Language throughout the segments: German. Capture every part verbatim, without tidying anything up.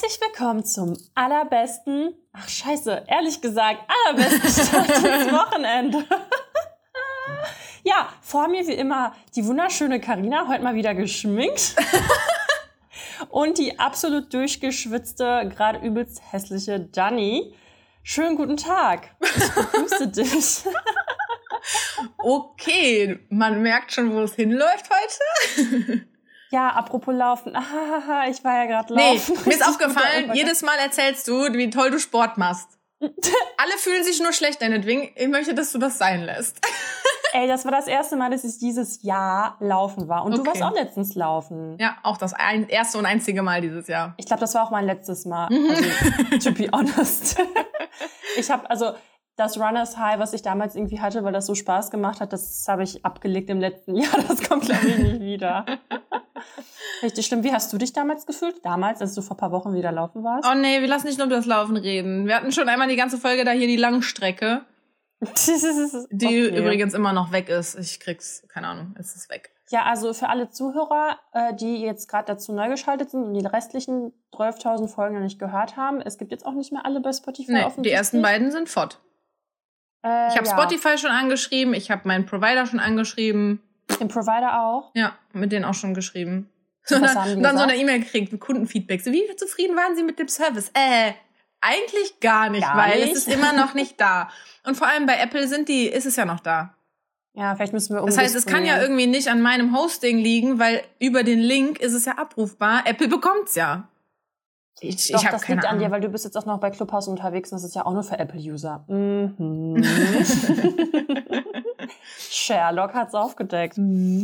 Herzlich willkommen zum allerbesten, ach scheiße, ehrlich gesagt, allerbesten Start ins Wochenende. Ja, vor mir wie immer die wunderschöne Carina, heute mal wieder geschminkt. Und die absolut durchgeschwitzte, gerade übelst hässliche Dani. Schönen guten Tag. Ich begrüße dich. Okay, man merkt schon, wo es hinläuft heute. Ja, apropos Laufen. Ah, ich war ja gerade laufen. Nee, mir ist aufgefallen, jedes Mal erzählst du, wie toll du Sport machst. Alle fühlen sich nur schlecht deinetwegen. Ich möchte, dass du das sein lässt. Ey, das war das erste Mal, dass ich dieses Jahr laufen war. Und Okay. du warst auch letztens laufen. Ja, auch das ein, erste und einzige Mal dieses Jahr. Ich glaube, das war auch mein letztes Mal. Also, to be honest. Ich habe also das Runners High, was ich damals irgendwie hatte, weil das so Spaß gemacht hat, das habe ich abgelegt im letzten Jahr. Das kommt, glaube ich, nicht wieder. Richtig schlimm. Wie hast du dich damals gefühlt? Damals, als du vor ein paar Wochen wieder laufen warst? Oh nee, wir lassen nicht nur über das Laufen reden. Wir hatten schon einmal die ganze Folge da hier, die Langstrecke. Die Okay. übrigens immer noch weg ist. Ich krieg's, keine Ahnung, es ist weg. Ja, also für alle Zuhörer, äh, die jetzt gerade dazu neu geschaltet sind und die restlichen zwölftausend Folgen noch nicht gehört haben, es gibt jetzt auch nicht mehr alle bei Spotify Nee, die offensichtlich. ersten beiden sind fort. Äh, Ich habe ja. Spotify schon angeschrieben, ich habe meinen Provider schon angeschrieben. Den Provider auch. Ja, mit denen auch schon geschrieben. Und Und was dann, haben die und dann so gesagt? eine E-Mail gekriegt mit Kundenfeedback. So, wie zufrieden waren Sie mit dem Service? Äh, eigentlich gar nicht, Gar weil nicht? es ist immer noch nicht da. Und vor allem bei Apple sind die, ist es ja noch da. Ja, vielleicht müssen wir Das heißt, es kann ja umdisponieren. irgendwie nicht an meinem Hosting liegen, weil über den Link ist es ja abrufbar. Apple bekommt's ja. Ich, Doch, ich habe das keine liegt an Ahnung. dir, weil du bist jetzt auch noch bei Clubhouse unterwegs und das ist ja auch nur für Apple-User. Mhm. Sherlock hat's aufgedeckt.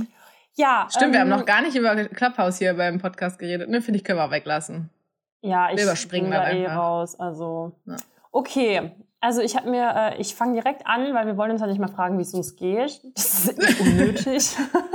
Ja, Stimmt, wir ähm, haben noch gar nicht über Clubhouse hier beim Podcast geredet. Ne, finde ich, können wir auch weglassen. Ja, ich Wir überspringen bin da das eh einfach. raus. Also Ja. okay, also ich habe mir, äh, ich fange direkt an, weil wir wollen uns ja nicht mal fragen, wie es uns geht. Das ist eh unnötig.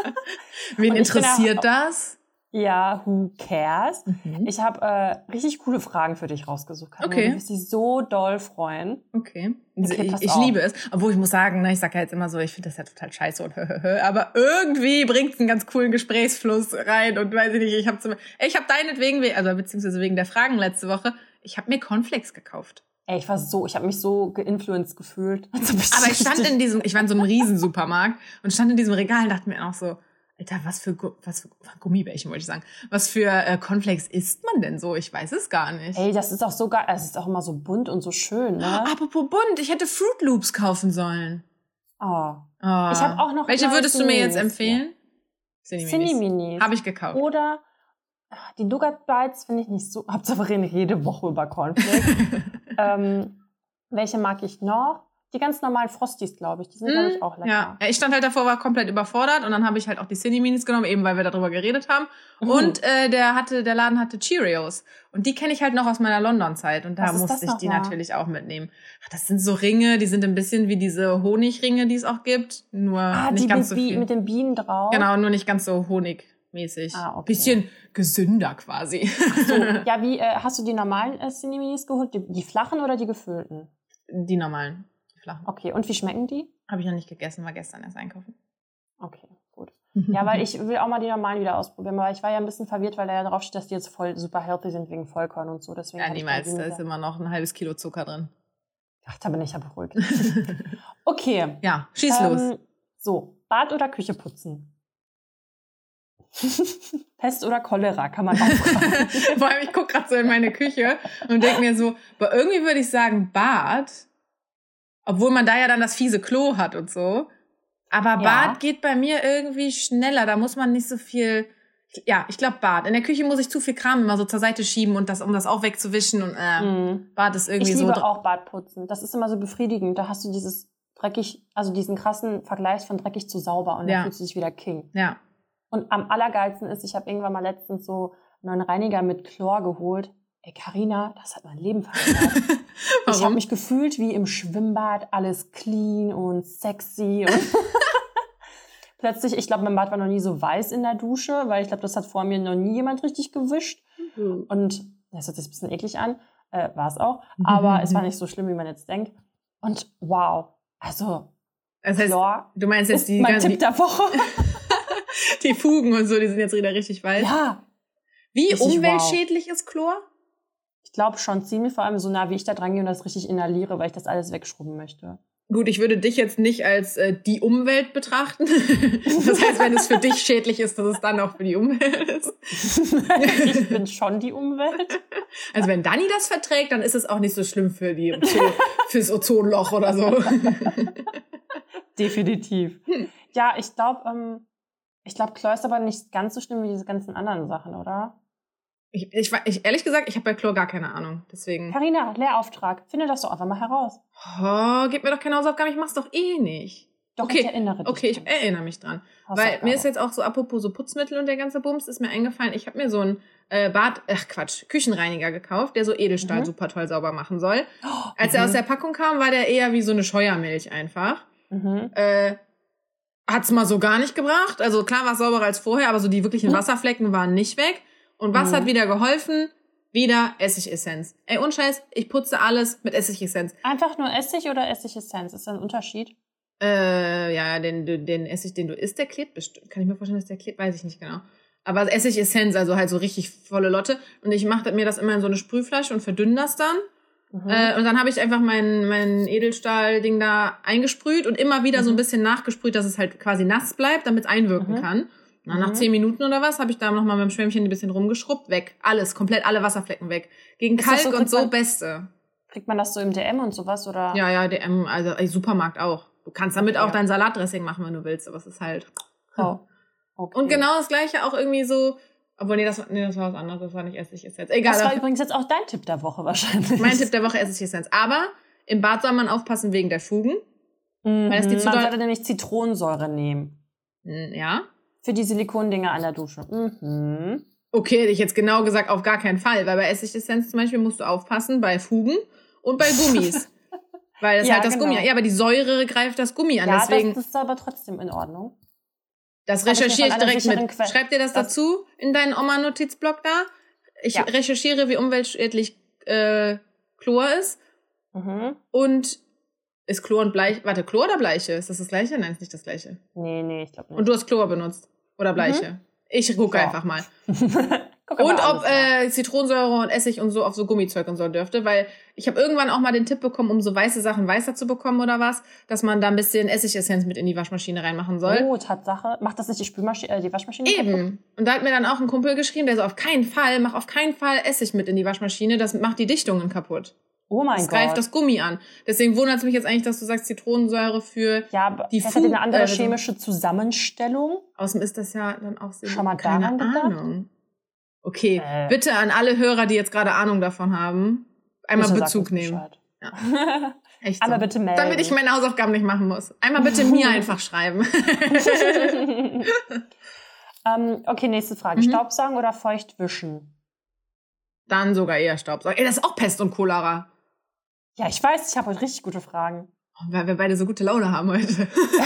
Wen Und ich bin interessiert ja- das? Ja, who cares? Mhm. Ich habe äh, richtig coole Fragen für dich rausgesucht. Carina. Okay. Du wirst dich so doll freuen. Okay. Okay, ich pass ich auf. liebe es. Obwohl ich muss sagen, ne, ich sage ja jetzt immer so, ich finde das ja total scheiße und aber irgendwie bringt es einen ganz coolen Gesprächsfluss rein und weiß ich nicht, ich habe zum ich habe deinetwegen, also beziehungsweise wegen der Fragen letzte Woche, ich habe mir Cornflakes gekauft. Ey, ich war so, ich habe mich so geinfluenced gefühlt. Also Aber ich stand in diesem, ich war in so einem Riesensupermarkt und stand in diesem Regal und dachte mir auch so, Alter, was für, Gu- was für Gummibärchen wollte ich sagen. Was für äh, Cornflakes isst man denn so? Ich weiß es gar nicht. Ey, das ist auch so geil. Es ist auch immer so bunt und so schön, ne? Apropos bunt, ich hätte Fruit Loops kaufen sollen. Oh. Oh. Ich hab auch noch Welche neue würdest du mir jetzt Cinni-Minis, empfehlen? Cinni-Minis. Habe ich gekauft. Oder ach, die Nougat Bites finde ich nicht so. Hauptsache wir reden jede Woche über Cornflakes. ähm, welche mag ich noch? Die ganz normalen Frosties, glaube ich. Die sind, glaube ich, auch lecker. Ja. ja, ich stand halt davor, war komplett überfordert und dann habe ich halt auch die Cinni-Minis genommen, eben weil wir darüber geredet haben. Mhm. Und äh, der hatte, der Laden hatte Cheerios. Und die kenne ich halt noch aus meiner London-Zeit. Und da Was ist musste das ich noch die mal? natürlich auch mitnehmen. Ach, das sind so Ringe, die sind ein bisschen wie diese Honigringe, die es auch gibt. Nur Ah, nicht die ganz mit, so Bi- viel. mit den Bienen drauf. Genau, nur nicht ganz so honigmäßig. Ah, okay. Bisschen gesünder quasi. So, ja, wie, äh, hast du die normalen äh, Cinni-Minis geholt? Die, die flachen oder die gefüllten? Die normalen, die flachen. Okay, und wie schmecken die? Habe ich noch nicht gegessen, war gestern erst einkaufen. Okay, gut. Ja, weil ich will auch mal die normalen wieder ausprobieren, aber ich war ja ein bisschen verwirrt, weil da ja drauf steht, dass die jetzt voll super healthy sind wegen Vollkorn und so. Deswegen Ja, hab ich niemals. dann die Da mit ist der- immer noch ein halbes Kilo Zucker drin. Ach, da bin ich ja beruhigt. Okay. Ja, schieß los. Ähm, so, Bad oder Küche putzen? Pest oder Cholera, kann man auch fragen. Vor allem, ich gucke gerade so in meine Küche und denke mir so, aber irgendwie würde ich sagen Bad, obwohl man da ja dann das fiese Klo hat und so. Aber Ja. Bad geht bei mir irgendwie schneller, da muss man nicht so viel, ja, ich glaube Bad. In der Küche muss ich zu viel Kram immer so zur Seite schieben und das, um das auch wegzuwischen und äh, Mhm. Bad ist irgendwie Ich so. liebe dr- auch Badputzen. Das ist immer so befriedigend. Da hast du dieses dreckig, also diesen krassen Vergleich von dreckig zu sauber und Ja. dann fühlst du dich wieder King. Ja. Und am allergeilsten ist, ich habe irgendwann mal letztens so einen neuen Reiniger mit Chlor geholt. Ey, Carina, das hat mein Leben verändert. Ich habe Warum? mich gefühlt wie im Schwimmbad, alles clean und sexy. Und plötzlich, ich glaube, mein Bad war noch nie so weiß in der Dusche, weil ich glaube, das hat vor mir noch nie jemand richtig gewischt. Mhm. Und das hört sich ein bisschen eklig an, äh, war es auch. Aber es war nicht so schlimm, wie man jetzt denkt. Und wow, also Das heißt, Chlor du meinst jetzt ist die, mein ganzen- Tipp der Woche. die Fugen und so, die sind jetzt wieder richtig weiß. Ja, Wie Richtig umweltschädlich ist Chlor? Ich glaube schon ziemlich, vor allem so nah, wie ich da dran gehe und das richtig inhaliere, weil ich das alles wegschrubben möchte. Gut, ich würde dich jetzt nicht als äh, die Umwelt betrachten. Das heißt, wenn es für dich schädlich ist, dass es dann auch für die Umwelt ist. Ich bin schon die Umwelt. Also wenn Dani das verträgt, dann ist es auch nicht so schlimm für die Ozon, fürs Ozonloch oder so. Definitiv. Ja, ich glaube, ähm, ich glaube, Chlor ist aber nicht ganz so schlimm wie diese ganzen anderen Sachen, oder? Ich, ich, ich ehrlich gesagt, ich habe bei Chlor gar keine Ahnung. Deswegen. Carina, Lehrauftrag. Finde das doch einfach mal heraus. Oh, gib mir doch keine Hausaufgaben, ich mach's doch eh nicht. Doch, okay. ich erinnere dich. Okay, ich erinnere mich dran. Weil mir ist jetzt auch so, apropos so Putzmittel und der ganze Bums, ist mir eingefallen, ich habe mir so einen äh, Bad, ach Quatsch, Küchenreiniger gekauft, der so Edelstahl mhm. super toll sauber machen soll. Oh, Als mhm. er aus der Packung kam, war der eher wie so eine Scheuermilch einfach. Mhm. Äh, hat's mal so gar nicht gebracht. Also klar war es sauberer als vorher, aber so die wirklichen mhm. Wasserflecken waren nicht weg. Und was mhm. hat wieder geholfen? Wieder Essigessenz. Ey, unscheiß, ich putze alles mit Essigessenz. Einfach nur Essig oder Essigessenz? Ist das ein Unterschied? Äh, ja, den, den Essig, den du isst, der klebt bestimmt. Kann ich mir vorstellen, dass der klebt? Weiß ich nicht genau. Aber Essigessenz, also halt so richtig volle Lotte. Und ich mache mir das immer in so eine Sprühflasche und verdünne das dann. Mhm. Äh, und dann habe ich einfach mein, mein Edelstahl-Ding da eingesprüht und immer wieder mhm. so ein bisschen nachgesprüht, dass es halt quasi nass bleibt, damit es einwirken mhm. kann. Na, nach mhm. zehn Minuten oder was habe ich da nochmal mit dem Schwämmchen ein bisschen rumgeschrubbt. Weg. Alles. Komplett alle Wasserflecken weg. Gegen Kalk so, und so man, Beste. Kriegt man das so im D M und sowas, oder? Ja, ja, D M, also ey, Supermarkt auch. Du kannst damit okay. auch dein Salatdressing machen, wenn du willst, aber es ist halt... Oh. Okay. Und genau das Gleiche auch irgendwie so... Obwohl, nee, das, nee, das war was anderes. Das war nicht Essigessenz. Egal. Das war übrigens jetzt auch dein Tipp der Woche wahrscheinlich. Mein Tipp der Woche, Essigessenz. Aber im Bad soll man aufpassen wegen der Fugen. Mhm. Weil das die man sollte nämlich Zitronensäure nehmen. Ja. Für die Silikondinger an der Dusche. Mhm. Okay, hätte ich jetzt genau gesagt, auf gar keinen Fall. Weil bei Essigessenz zum Beispiel musst du aufpassen bei Fugen und bei Gummis. Weil das ja, halt das genau. Gummi. Ja, aber die Säure greift das Gummi an. Ja, deswegen, das ist aber trotzdem in Ordnung. Das recherchiere ich direkt mit. Quelle. Schreib dir das, das dazu in deinen Oma-Notizblock da. Ich ja. recherchiere, wie umweltschädlich äh, Chlor ist. Mhm. Und ist Chlor und Bleich... Warte, Chlor oder Bleiche? Ist das das Gleiche? Nein, ist nicht das Gleiche. Nee, nee, ich glaube nicht. Und du hast Chlor benutzt? Oder Bleiche? Mhm. Ich gucke ja. einfach mal. Und ob äh, Zitronensäure und Essig und so auf so Gummizeug und so dürfte, weil ich habe irgendwann auch mal den Tipp bekommen, um so weiße Sachen weißer zu bekommen oder was, dass man da ein bisschen Essigessenz mit in die Waschmaschine reinmachen soll. Oh, Tatsache. Macht das nicht die Spülmaschine, äh, die Waschmaschine Eben. kaputt? Und da hat mir dann auch ein Kumpel geschrieben, der so, auf keinen Fall, mach auf keinen Fall Essig mit in die Waschmaschine, das macht die Dichtungen kaputt. Oh mein das Gott. Das greift das Gummi an. Deswegen wundert es mich jetzt eigentlich, dass du sagst Zitronensäure für ja, aber die das Fu- hat eine andere äh, chemische Zusammenstellung. Außerdem ist das ja dann auch sehr Schon mal keine daran Ahnung. Okay, äh. bitte an alle Hörer, die jetzt gerade Ahnung davon haben, einmal bitte Bezug nehmen. Ja. Echt so. Einmal bitte melden. Damit ich meine Hausaufgaben nicht machen muss. Einmal bitte mir einfach schreiben. ähm, okay, nächste Frage. Mhm. Staubsaugen oder feucht wischen? Dann sogar eher Staubsaugen. Ey, das ist auch Pest und Cholera. Ja, ich weiß, ich habe heute richtig gute Fragen. Weil wir beide so gute Laune haben heute.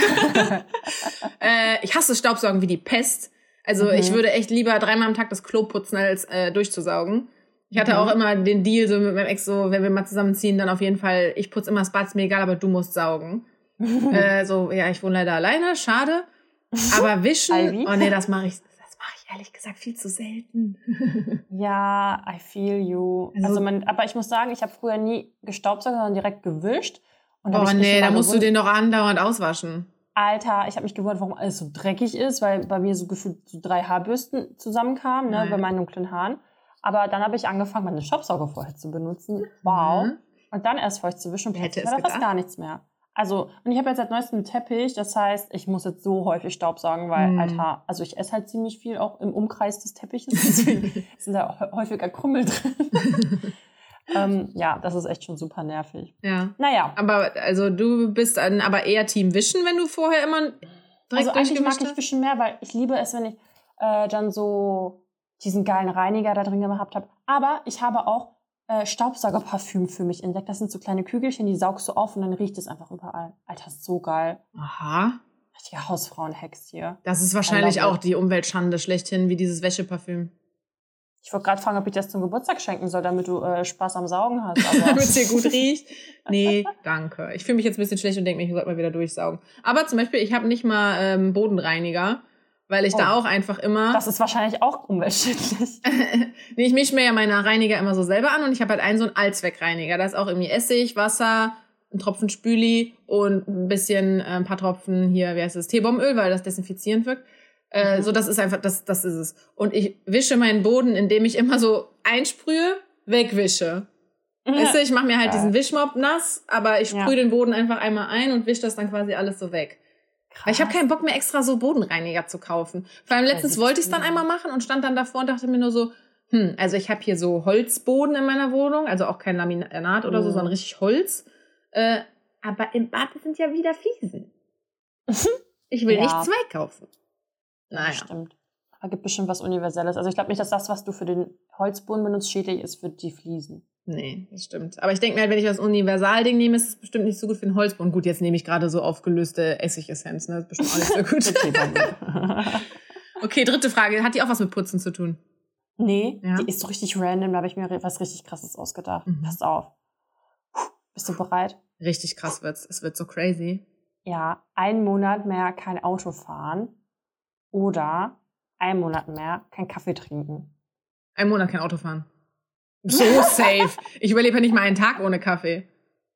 äh, ich hasse Staubsaugen wie die Pest. Also mhm. ich würde echt lieber dreimal am Tag das Klo putzen, als äh, durchzusaugen. Ich hatte mhm. auch immer den Deal so mit meinem Ex, so wenn wir mal zusammenziehen, dann auf jeden Fall, ich putze immer das Bad, ist mir egal, aber du musst saugen. äh, so, ja, ich wohne leider alleine, schade. Aber wischen, oh nee, das mache ich, das mache ich ehrlich gesagt viel zu selten. Ja, I feel you. Also, also man, aber ich muss sagen, ich habe früher nie gestaubsaugt, sondern direkt gewischt. Und oh nee, da musst gewundert, du den doch andauernd auswaschen. Alter, ich habe mich gewundert, warum alles so dreckig ist, weil bei mir so gefühlt so drei Haarbürsten zusammenkamen, ne, bei meinen dunklen Haaren. Aber dann habe ich angefangen, meine Staubsauger vorher zu benutzen. Wow. Mhm. Und dann erst feucht zu wischen und plötzlich war da fast gar nichts mehr. Also, und ich habe jetzt seit neuestem einen Teppich, das heißt, ich muss jetzt so häufig Staubsaugen, weil, mhm. Alter, also ich esse halt ziemlich viel auch im Umkreis des Teppiches, deswegen sind da häufiger Krümmel drin. ähm, ja, das ist echt schon super nervig. Ja. Naja. Aber, also du bist dann aber eher Team Wischen, wenn du vorher immer direkt Also eigentlich mag ich Wischen mehr, weil ich liebe es, wenn ich äh, dann so diesen geilen Reiniger da drin gehabt habe. Aber ich habe auch äh, Staubsaugerparfüm für mich entdeckt. Das sind so kleine Kügelchen, die saugst du auf und dann riecht es einfach überall. Alter, ist so geil. Aha. Richtiger Hausfrauenhex hier. Das ist wahrscheinlich auch die Umweltschande schlechthin, wie dieses Wäscheparfüm. Ich wollte gerade fragen, ob ich das zum Geburtstag schenken soll, damit du äh, Spaß am Saugen hast. Damit es dir gut riecht. Nee, danke. Ich fühle mich jetzt ein bisschen schlecht und denke mir, ich sollte mal wieder durchsaugen. Aber zum Beispiel, ich habe nicht mal ähm, Bodenreiniger. weil ich Oh. da auch einfach immer... Das ist wahrscheinlich auch umweltschädlich. nee, ich mische mir ja meine Reiniger immer so selber an und ich habe halt einen so einen Allzweckreiniger. Da ist auch irgendwie Essig, Wasser, ein Tropfen Spüli und ein bisschen, äh, ein paar Tropfen hier, wie heißt das, Teebaumöl, weil das desinfizierend wirkt. Äh, Mhm. So, das ist einfach, das, das ist es. Und ich wische meinen Boden, indem ich immer so einsprühe, wegwische. Weißt du, ich mache mir halt Geil. diesen Wischmopp nass, aber ich sprühe Ja. den Boden einfach einmal ein und wische das dann quasi alles so weg. Weil ich habe keinen Bock mehr extra so Bodenreiniger zu kaufen. Vor allem letztens das wollte ich es dann stimmt. einmal machen und stand dann davor und dachte mir nur so, hm, also ich habe hier so Holzboden in meiner Wohnung, also auch kein Laminat oder so, Mhm. sondern richtig Holz. Äh, aber im Bad sind ja wieder Fliesen. Ich will Ja. nicht zwei kaufen. Ja, Naja. stimmt. Da gibt bestimmt was Universelles. Also ich glaube nicht, dass das, was du für den Holzboden benutzt, schädlich ist für die Fliesen. Nee, das stimmt. Aber ich denke mir halt, wenn ich das Universalding nehme, ist es bestimmt nicht so gut für den Holzboden. Gut, jetzt nehme ich gerade so aufgelöste Essigessenz, ne? Das ist bestimmt auch nicht so gut. Okay, dritte Frage. Hat die auch was mit Putzen zu tun? Nee, Ja. die ist so richtig random. Da habe ich mir was richtig Krasses ausgedacht. Mhm. Pass auf. Puh, bist du bereit? Richtig krass wird's. Es wird so crazy. Ja, einen Monat mehr kein Auto fahren oder einen Monat mehr kein Kaffee trinken. Ein Monat kein Auto fahren. So safe. Ich überlebe ja nicht mal einen Tag ohne Kaffee.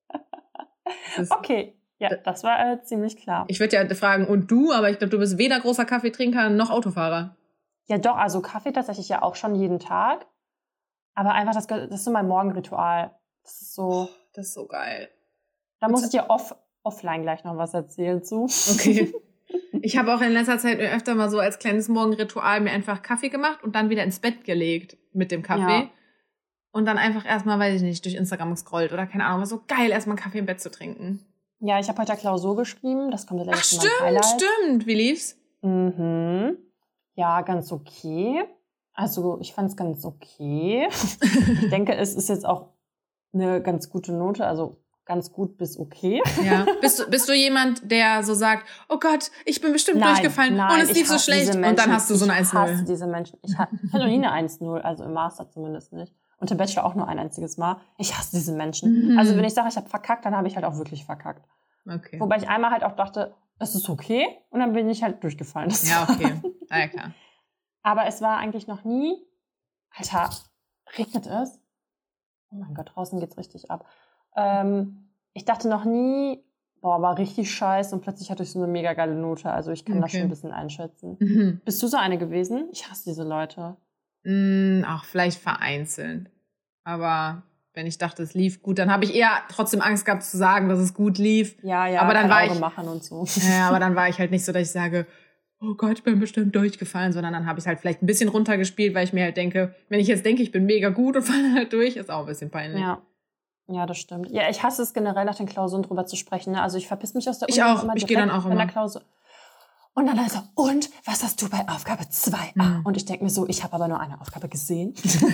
Das ist, Okay, ja, das war äh, ziemlich klar. ich würde ja fragen, und du? Aber ich glaube, du bist weder großer Kaffeetrinker noch Autofahrer. Ja, doch, also Kaffee tatsächlich ja auch schon jeden Tag. Aber einfach, das, das ist so mein Morgenritual. Das ist so, Das ist so geil. da muss ich dir off, offline gleich noch was erzählen zu. Okay. Ich habe auch in letzter Zeit öfter mal so als kleines Morgenritual mir einfach Kaffee gemacht und dann wieder ins Bett gelegt mit dem Kaffee. Ja. Und dann einfach erstmal, weiß ich nicht, durch Instagram gescrollt oder keine Ahnung, war so geil, erstmal einen Kaffee im Bett zu trinken. Ja, ich habe heute Klausur geschrieben. Das kommt Ach, jetzt gleich zu meinem stimmt, Highlight. stimmt. Wie lief's? Mhm. Ja, ganz okay. Also ich fand es ganz okay. Ich denke, es ist jetzt auch eine ganz gute Note, also ganz gut bis okay. Ja. Bist du, bist du jemand, der so sagt, oh Gott, ich bin bestimmt durchgefallen nein, und es ich lief so hasse schlecht diese und Menschen. dann hast du so eine eins Ich hasse null. diese Menschen. Ich ha- ich hatte noch nie eine eins null, also im Master zumindest nicht. Und im Bachelor auch nur ein einziges Mal. Ich hasse diese Menschen. Mhm. Also wenn ich sage, ich habe verkackt, dann habe ich halt auch wirklich verkackt. Okay. Wobei ich einmal halt auch dachte, es ist okay. Und dann bin ich halt durchgefallen. Das Ja, okay. Ah, ja, klar. Aber es war eigentlich noch nie... Alter, regnet es? Oh mein Gott, draußen geht's richtig ab. Ähm, ich dachte noch nie, boah, war richtig scheiße und plötzlich hatte ich so eine mega geile Note. Also ich kann das Okay. schon ein bisschen einschätzen. Mhm. Bist du so eine gewesen? Ich hasse diese Leute. Mm, auch vielleicht vereinzelt. Aber wenn ich dachte, es lief gut, dann habe ich eher trotzdem Angst gehabt zu sagen, dass es gut lief. Ja, ja, Aber dann kein war Auge ich- machen und so. Ja, aber dann war ich halt nicht so, dass ich sage, oh Gott, ich bin bestimmt durchgefallen, sondern dann habe ich es halt vielleicht ein bisschen runtergespielt, weil ich mir halt denke, wenn ich jetzt denke, ich bin mega gut und falle halt durch, ist auch ein bisschen peinlich. Ja. Ja, das stimmt. Ja, ich hasse es generell, nach den Klausuren drüber zu sprechen. Ne? Also ich verpiss mich aus der Ich Uni auch. Ich gehe dann direkt auch in der immer. Klausur. Und dann also, und was hast du bei Aufgabe zwei a? Mhm. Und ich denke mir so, ich habe aber nur eine Aufgabe gesehen.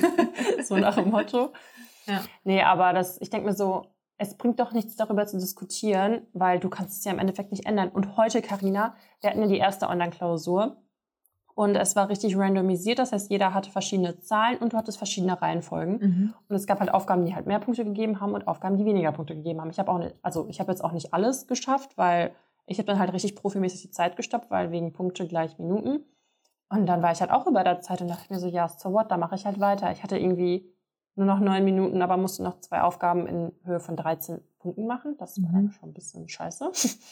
So nach dem Motto. Ja. Nee, aber das, ich denke mir so, es bringt doch nichts darüber zu diskutieren, weil du kannst es ja im Endeffekt nicht ändern. Und heute, Carina, wir hatten ja die erste Online-Klausur und es war richtig randomisiert. Das heißt, jeder hatte verschiedene Zahlen und du hattest verschiedene Reihenfolgen. Mhm. Und es gab halt Aufgaben, die halt mehr Punkte gegeben haben und Aufgaben, die weniger Punkte gegeben haben. Ich habe auch nicht, also ich habe jetzt auch nicht alles geschafft, weil ich habe dann halt richtig profimäßig die Zeit gestoppt, weil wegen Punkte gleich Minuten. Und dann war ich halt auch über der Zeit und dachte mir so, ja, so what, da mache ich halt weiter. Ich hatte irgendwie nur noch neun Minuten, aber musste noch zwei Aufgaben in Höhe von dreizehn Punkten machen. Das war Mhm. dann schon ein bisschen scheiße.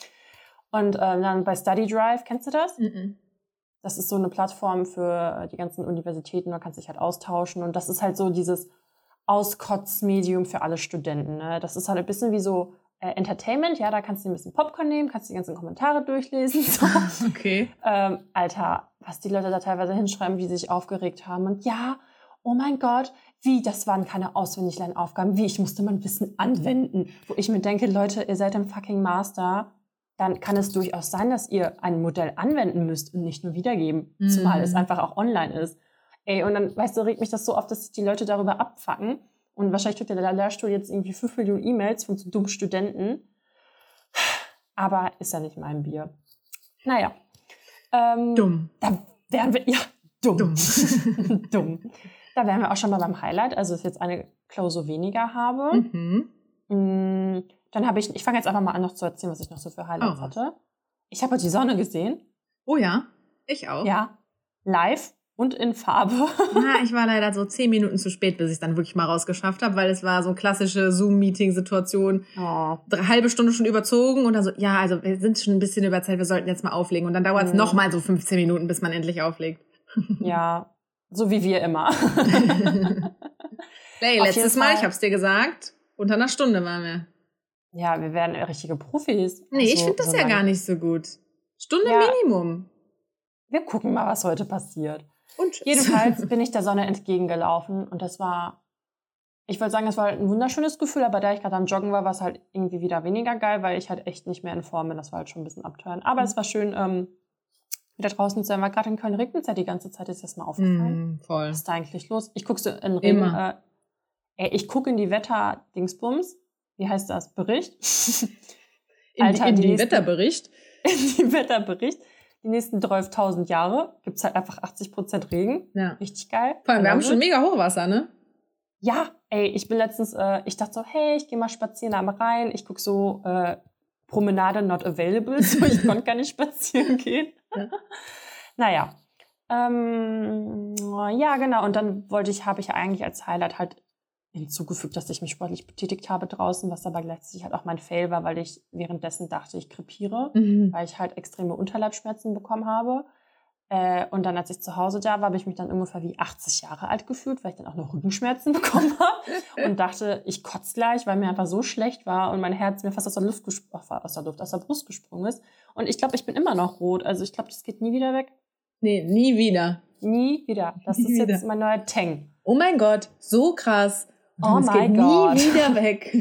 Und ähm, dann bei Study Drive, kennst du das? Mhm. Das ist so eine Plattform für die ganzen Universitäten, da kannst du dich halt austauschen. Und das ist halt so dieses Auskotzmedium für alle Studenten. Ne? Das ist halt ein bisschen wie so äh, Entertainment. Ja, da kannst du ein bisschen Popcorn nehmen, kannst die ganzen Kommentare durchlesen. So. Okay. ähm, Alter, was die Leute da teilweise hinschreiben, wie sie sich aufgeregt haben. Und ja, oh mein Gott, wie, das waren keine Auswendiglernaufgaben. Wie, ich musste mein Wissen anwenden. Wo ich mir denke, Leute, ihr seid im fucking Master. Dann kann es durchaus sein, dass ihr ein Modell anwenden müsst und nicht nur wiedergeben. Mhm. Zumal es einfach auch online ist. Ey, und dann, weißt du, regt mich das so auf, dass sich die Leute darüber abfacken. Und wahrscheinlich kriegt der Lehrstuhl jetzt irgendwie fünf Millionen E-Mails von so dummen Studenten. Aber ist ja nicht mein Bier. Naja. Ähm, Dumm. Da wären wir, ja, dumm. Dumm. dumm. Da wären wir auch schon mal beim Highlight. Also, dass ich jetzt eine Klausur weniger habe. Mhm. Mm, Dann habe ich, ich fange jetzt einfach mal an, noch zu erzählen, was ich noch so für Highlights Oh. hatte. Ich habe heute die Sonne gesehen. Oh ja. Ich auch. Ja, live und in Farbe. Ja, ich war leider so zehn Minuten zu spät, bis ich es dann wirklich mal rausgeschafft habe, weil es war so klassische Zoom-Meeting-Situation. Oh. Eine halbe Stunde schon überzogen und dann so, ja, also wir sind schon ein bisschen über Zeit, wir sollten jetzt mal auflegen. Und dann dauert es Mhm. noch mal so fünfzehn Minuten, bis man endlich auflegt. Ja, so wie wir immer. Hey, Auf letztes jeden Mal, Fall. ich hab's dir gesagt, unter einer Stunde waren wir. Ja, wir werden richtige Profis. Nee, ich Also, finde das so ja lange- gar nicht so gut. Stunde Ja. Minimum. Wir gucken mal, was heute passiert. Und tschüss. Jedenfalls bin ich der Sonne entgegengelaufen und das war, ich wollte sagen, es war halt ein wunderschönes Gefühl, aber da ich gerade am Joggen war, war es halt irgendwie wieder weniger geil, weil ich halt echt nicht mehr in Form bin. Das war halt schon ein bisschen abtören. Aber Mhm. es war schön, ähm, wieder draußen zu sein, weil gerade in Köln regnet es ja die ganze Zeit. Ist das mal aufgefallen? Mm, voll. Was ist da eigentlich los? Ich gucke so in Regen. Immer. Äh, ey, ich gucke in die Wetter-Dingsbums. Wie heißt das? Bericht? In, Alter, die, in die die nächsten- Wetterbericht. in die Wetterbericht. Die nächsten zwölftausend Jahre gibt es halt einfach achtzig Prozent Regen. Ja. Richtig geil. Vor allem, wir haben Also, schon mega Hochwasser, ne? Ja, ey, ich bin letztens, äh, ich dachte so, hey, ich gehe mal spazieren am Rhein. Ich gucke so, äh, Promenade not available. So, ich konnte gar nicht spazieren gehen. Ja. Naja. Ähm, ja, genau. Und dann wollte ich, habe ich eigentlich als Highlight halt hinzugefügt, dass ich mich sportlich betätigt habe draußen, was aber gleichzeitig halt auch mein Fail war, weil ich währenddessen dachte, ich krepiere, Mhm. weil ich halt extreme Unterleibsschmerzen bekommen habe. Äh, und dann, als ich zu Hause da war, habe ich mich dann ungefähr wie achtzig Jahre alt gefühlt, weil ich dann auch noch Rückenschmerzen bekommen habe und dachte, ich kotze gleich, weil mir einfach so schlecht war und mein Herz mir fast aus der Luft, gesp- ach, aus der Luft, aus der Brust gesprungen ist. Und ich glaube, ich bin immer noch rot. Also ich glaube, das geht nie wieder weg. Nee, nie wieder. Nie wieder. Das Nie ist jetzt wieder. mein neuer Tang. Oh mein Gott, so krass. Und Oh es mein geht Gott. nie wieder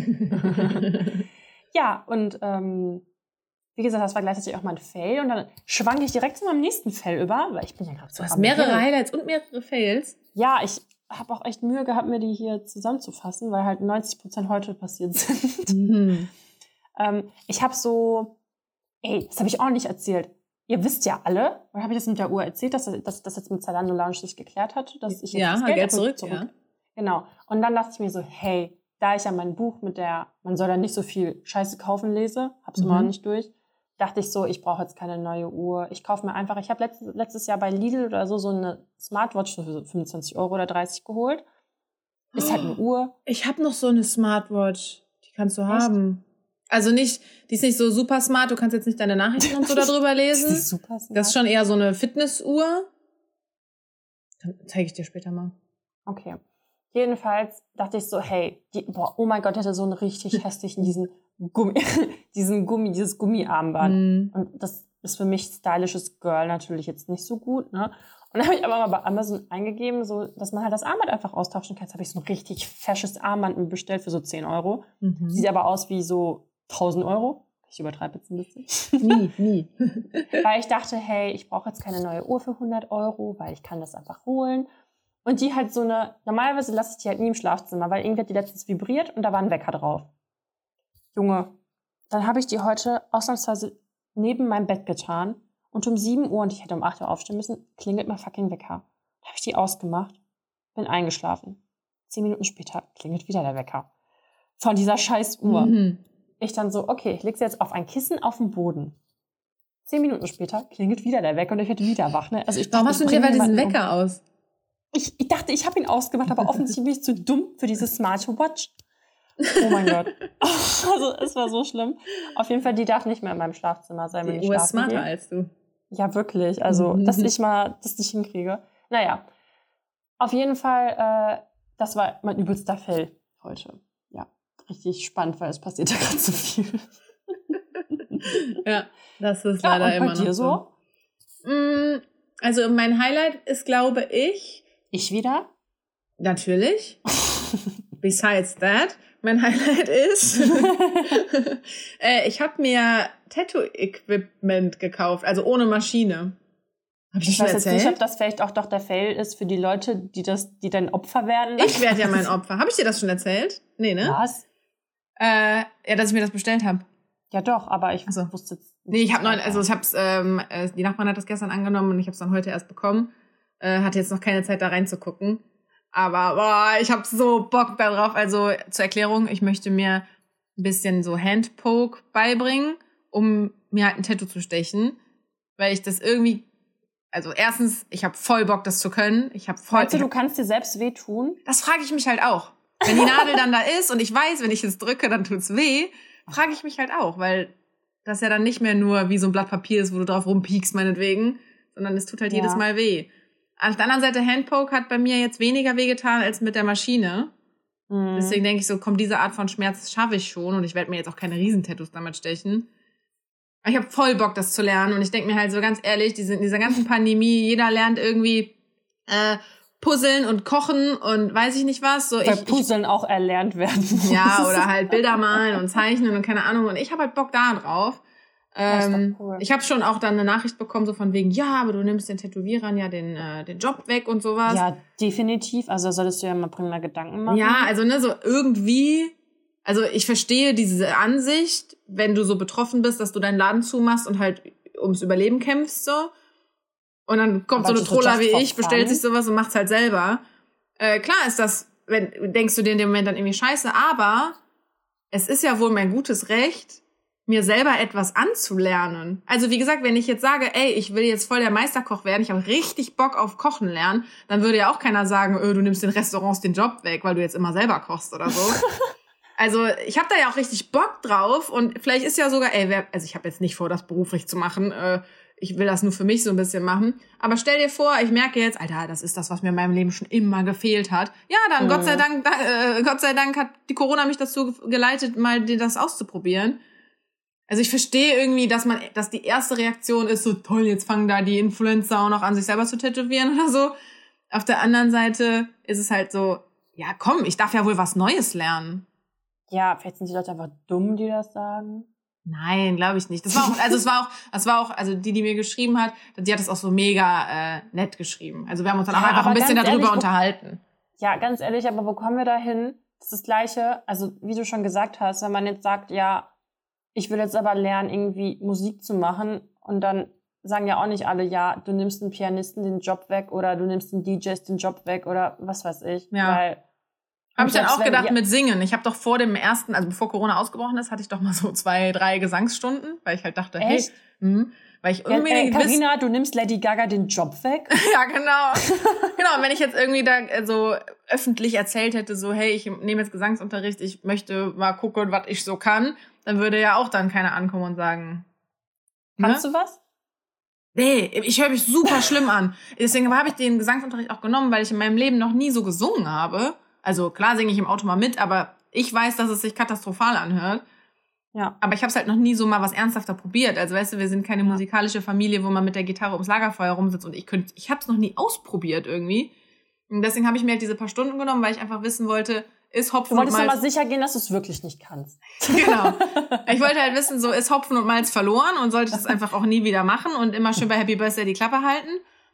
weg. Ja, und ähm, wie gesagt, das war gleichzeitig auch mein Fail. Und dann schwank ich direkt zu meinem nächsten Fail über, weil ich bin ja gerade so Du hast am mehrere Hill. Highlights und mehrere Fails. Ja, ich habe auch echt Mühe gehabt, mir die hier zusammenzufassen, weil halt neunzig Prozent heute passiert sind. Mhm. ähm, ich habe so, ey, das habe ich auch nicht erzählt. Ihr wisst ja alle, oder habe ich das mit der Uhr erzählt, dass, dass das jetzt mit Zalando Lounge sich geklärt hat, dass ich jetzt Ja, das Geld Geld zurück, zurück. ja. Genau. Und dann dachte ich mir so, hey, da ich ja mein Buch mit der, man soll ja nicht so viel Scheiße kaufen lese, hab's Mhm. immer noch nicht durch, dachte ich so, ich brauche jetzt keine neue Uhr. Ich kaufe mir einfach, ich habe letzt, letztes Jahr bei Lidl oder so so eine Smartwatch für fünfundzwanzig Euro oder dreißig geholt. Ist halt eine Uhr. Ich habe noch so eine Smartwatch. Die kannst du Echt? haben. Also nicht, die ist nicht so super smart, du kannst jetzt nicht deine Nachrichten und so darüber Ist die lesen. super smart? Das ist schon eher so eine Fitnessuhr. Dann zeige ich dir später mal. Okay. Jedenfalls dachte ich so, hey, die, boah, oh mein Gott, der hatte so einen richtig hässlichen, diesen Gummi, diesen Gummi, dieses Gummiarmband. Mhm. Und das ist für mich stylisches Girl natürlich jetzt nicht so gut, ne? Und dann habe ich aber mal bei Amazon eingegeben, so, dass man halt das Armband einfach austauschen kann. Jetzt habe ich so ein richtig fesches Armband mir bestellt für so zehn Euro. Mhm. Sieht aber aus wie so tausend Euro. Ich übertreibe jetzt ein bisschen. Nie, nie. Weil ich dachte, hey, ich brauche jetzt keine neue Uhr für hundert Euro, weil ich kann das einfach holen. Und die halt so eine, normalerweise lasse ich die halt nie im Schlafzimmer, weil irgendwie hat die letztens vibriert und da war ein Wecker drauf. Junge, dann habe ich die heute ausnahmsweise neben meinem Bett getan und um sieben Uhr, und ich hätte um acht Uhr aufstehen müssen, klingelt mein fucking Wecker. Da habe ich die ausgemacht, bin eingeschlafen. Zehn Minuten später klingelt wieder der Wecker. Von dieser scheiß Uhr. Mhm. Ich dann so, okay, ich lege sie jetzt auf ein Kissen auf den Boden. Zehn Minuten später klingelt wieder der Wecker und ich werde wieder wach. Ne? Also ich Warum dachte, hast du ich dir bring bei diesen jemanden um. Wecker aus? Ich, ich dachte, ich habe ihn ausgemacht, aber offensichtlich bin ich zu dumm für diese Smartwatch. Oh mein Gott. Also es war so schlimm. Auf jeden Fall, die darf nicht mehr in meinem Schlafzimmer sein, wenn Die ich Uhr ist schlafen smarter gehe. als du. Ja, wirklich. Also, Mhm. dass ich mal das nicht hinkriege. Naja, auf jeden Fall, äh, das war mein übelster Fail heute. Ja, richtig spannend, weil es passiert ja gerade so viel. Ja, das ist Ja, leider und bei immer noch dir so? so. Mm, Also mein Highlight ist, glaube ich, Ich wieder? natürlich, besides that, mein Highlight ist, äh, ich habe mir Tattoo-Equipment gekauft, also ohne Maschine. Habe ich, Ich das weiß schon jetzt nicht, ob erzählt? das vielleicht auch doch der Fail ist für die Leute, die das, die dein Opfer werden. Ich werde ja mein Opfer. Habe ich dir das schon erzählt? Nee, ne? Was? Äh, ja, dass ich mir das bestellt habe. Ja doch, aber ich Ach so. wusste jetzt Nee, ich habe noch, also ich hab's, ähm, äh, die Nachbarin hat das gestern angenommen und ich habe es dann heute erst bekommen. Äh, hatte jetzt noch keine Zeit da reinzugucken. Aber boah, ich habe so Bock darauf. Also zur Erklärung, ich möchte mir ein bisschen so Handpoke beibringen, um mir halt ein Tattoo zu stechen. Weil ich das irgendwie, also erstens, ich habe voll Bock, das zu können. Ich habe voll. Meinst du, du kannst dir selbst wehtun? Das frage ich mich halt auch. Wenn die Nadel dann da ist und ich weiß, wenn ich es drücke, dann tut's weh, frage ich mich halt auch, weil das ja dann nicht mehr nur wie so ein Blatt Papier ist, wo du drauf rumpiekst, meinetwegen, sondern es tut halt ja. jedes Mal weh. Auf der anderen Seite, Handpoke hat bei mir jetzt weniger wehgetan als mit der Maschine. Mhm. Deswegen denke ich so, komm, diese Art von Schmerz schaffe ich schon und ich werde mir jetzt auch keine Riesentattoos damit stechen. Aber ich habe voll Bock, das zu lernen und ich denke mir halt so ganz ehrlich, diese, in dieser ganzen Pandemie, jeder lernt irgendwie äh, Puzzeln und Kochen und weiß ich nicht was. So, Weil ich, Puzzeln ich, auch erlernt werden muss. Ja, oder halt Bilder malen und zeichnen und keine Ahnung. Und ich habe halt Bock da drauf. Ähm, cool. Ich habe schon auch dann eine Nachricht bekommen, so von wegen, ja, aber du nimmst den Tätowierern ja den, äh, den Job weg und sowas. Ja, definitiv. Also solltest du ja mal prima Gedanken machen. Ja, also ne, so irgendwie, also ich verstehe diese Ansicht, wenn du so betroffen bist, dass du deinen Laden zumachst und halt ums Überleben kämpfst, so. Und dann kommt aber so eine Troller wie ich, bestellt sich sowas und macht's halt selber. Äh, klar ist das, wenn denkst du dir in dem Moment dann irgendwie scheiße, aber es ist ja wohl mein gutes Recht, mir selber etwas anzulernen. Also wie gesagt, wenn ich jetzt sage, ey, ich will jetzt voll der Meisterkoch werden, ich habe richtig Bock auf Kochen lernen, dann würde ja auch keiner sagen, öh, du nimmst den Restaurants den Job weg, weil du jetzt immer selber kochst oder so. Also ich habe da ja auch richtig Bock drauf und vielleicht ist ja sogar, ey, wer, also ich habe jetzt nicht vor, das beruflich zu machen, äh, ich will das nur für mich so ein bisschen machen. Aber stell dir vor, ich merke jetzt, Alter, das ist das, was mir in meinem Leben schon immer gefehlt hat. Ja, dann mhm. Gott sei Dank, äh, Gott sei Dank hat die Corona mich dazu geleitet, mal das auszuprobieren. Also ich verstehe irgendwie, dass man, dass die erste Reaktion ist so, toll, jetzt fangen da die Influencer auch noch an, sich selber zu tätowieren oder so. Auf der anderen Seite ist es halt so, ja komm, ich darf ja wohl was Neues lernen. Ja, vielleicht sind die Leute einfach dumm, die das sagen. Nein, glaube ich nicht. Das war auch, also es war auch, das war auch, also die, die mir geschrieben hat, die hat das auch so mega äh, nett geschrieben. Also wir haben uns dann ja, auch einfach ein bisschen darüber ehrlich, wo, unterhalten. Ja, ganz ehrlich, aber wo kommen wir da hin? Das ist das Gleiche, also wie du schon gesagt hast, wenn man jetzt sagt, ja, ich will jetzt aber lernen, irgendwie Musik zu machen und dann sagen ja auch nicht alle, ja, du nimmst einen Pianisten den Job weg oder du nimmst einen D Js den Job weg oder was weiß ich. Ja. Weil Habe ich dann auch gedacht mit Singen. Ich habe doch vor dem ersten, also bevor Corona ausgebrochen ist, hatte ich doch mal so zwei, drei Gesangsstunden, weil ich halt dachte, Echt? hey, mh, weil ich irgendwie ja, äh, Carina, du nimmst Lady Gaga den Job weg? Ja, genau. Genau, und wenn ich jetzt irgendwie da so öffentlich erzählt hätte, so, hey, ich nehme jetzt Gesangsunterricht, ich möchte mal gucken, was ich so kann, dann würde ja auch dann keiner ankommen und sagen, kannst ne? du was? Nee, ich höre mich super schlimm an. Deswegen habe ich den Gesangsunterricht auch genommen, weil ich in meinem Leben noch nie so gesungen habe. Also klar singe ich im Auto mal mit, aber ich weiß, dass es sich katastrophal anhört. Ja. Aber ich habe es halt noch nie so mal was ernsthafter probiert. Also weißt du, wir sind keine ja. musikalische Familie, wo man mit der Gitarre ums Lagerfeuer rumsitzt und ich könnte, ich habe es noch nie ausprobiert irgendwie. Und deswegen habe ich mir halt diese paar Stunden genommen, weil ich einfach wissen wollte, ist Hopfen und Malz... Du wolltest aber sicher gehen, dass du es wirklich nicht kannst. Genau. Ich wollte halt wissen, so ist Hopfen und Malz verloren und sollte ich das einfach auch nie wieder machen und immer schön bei Happy Birthday die Klappe halten.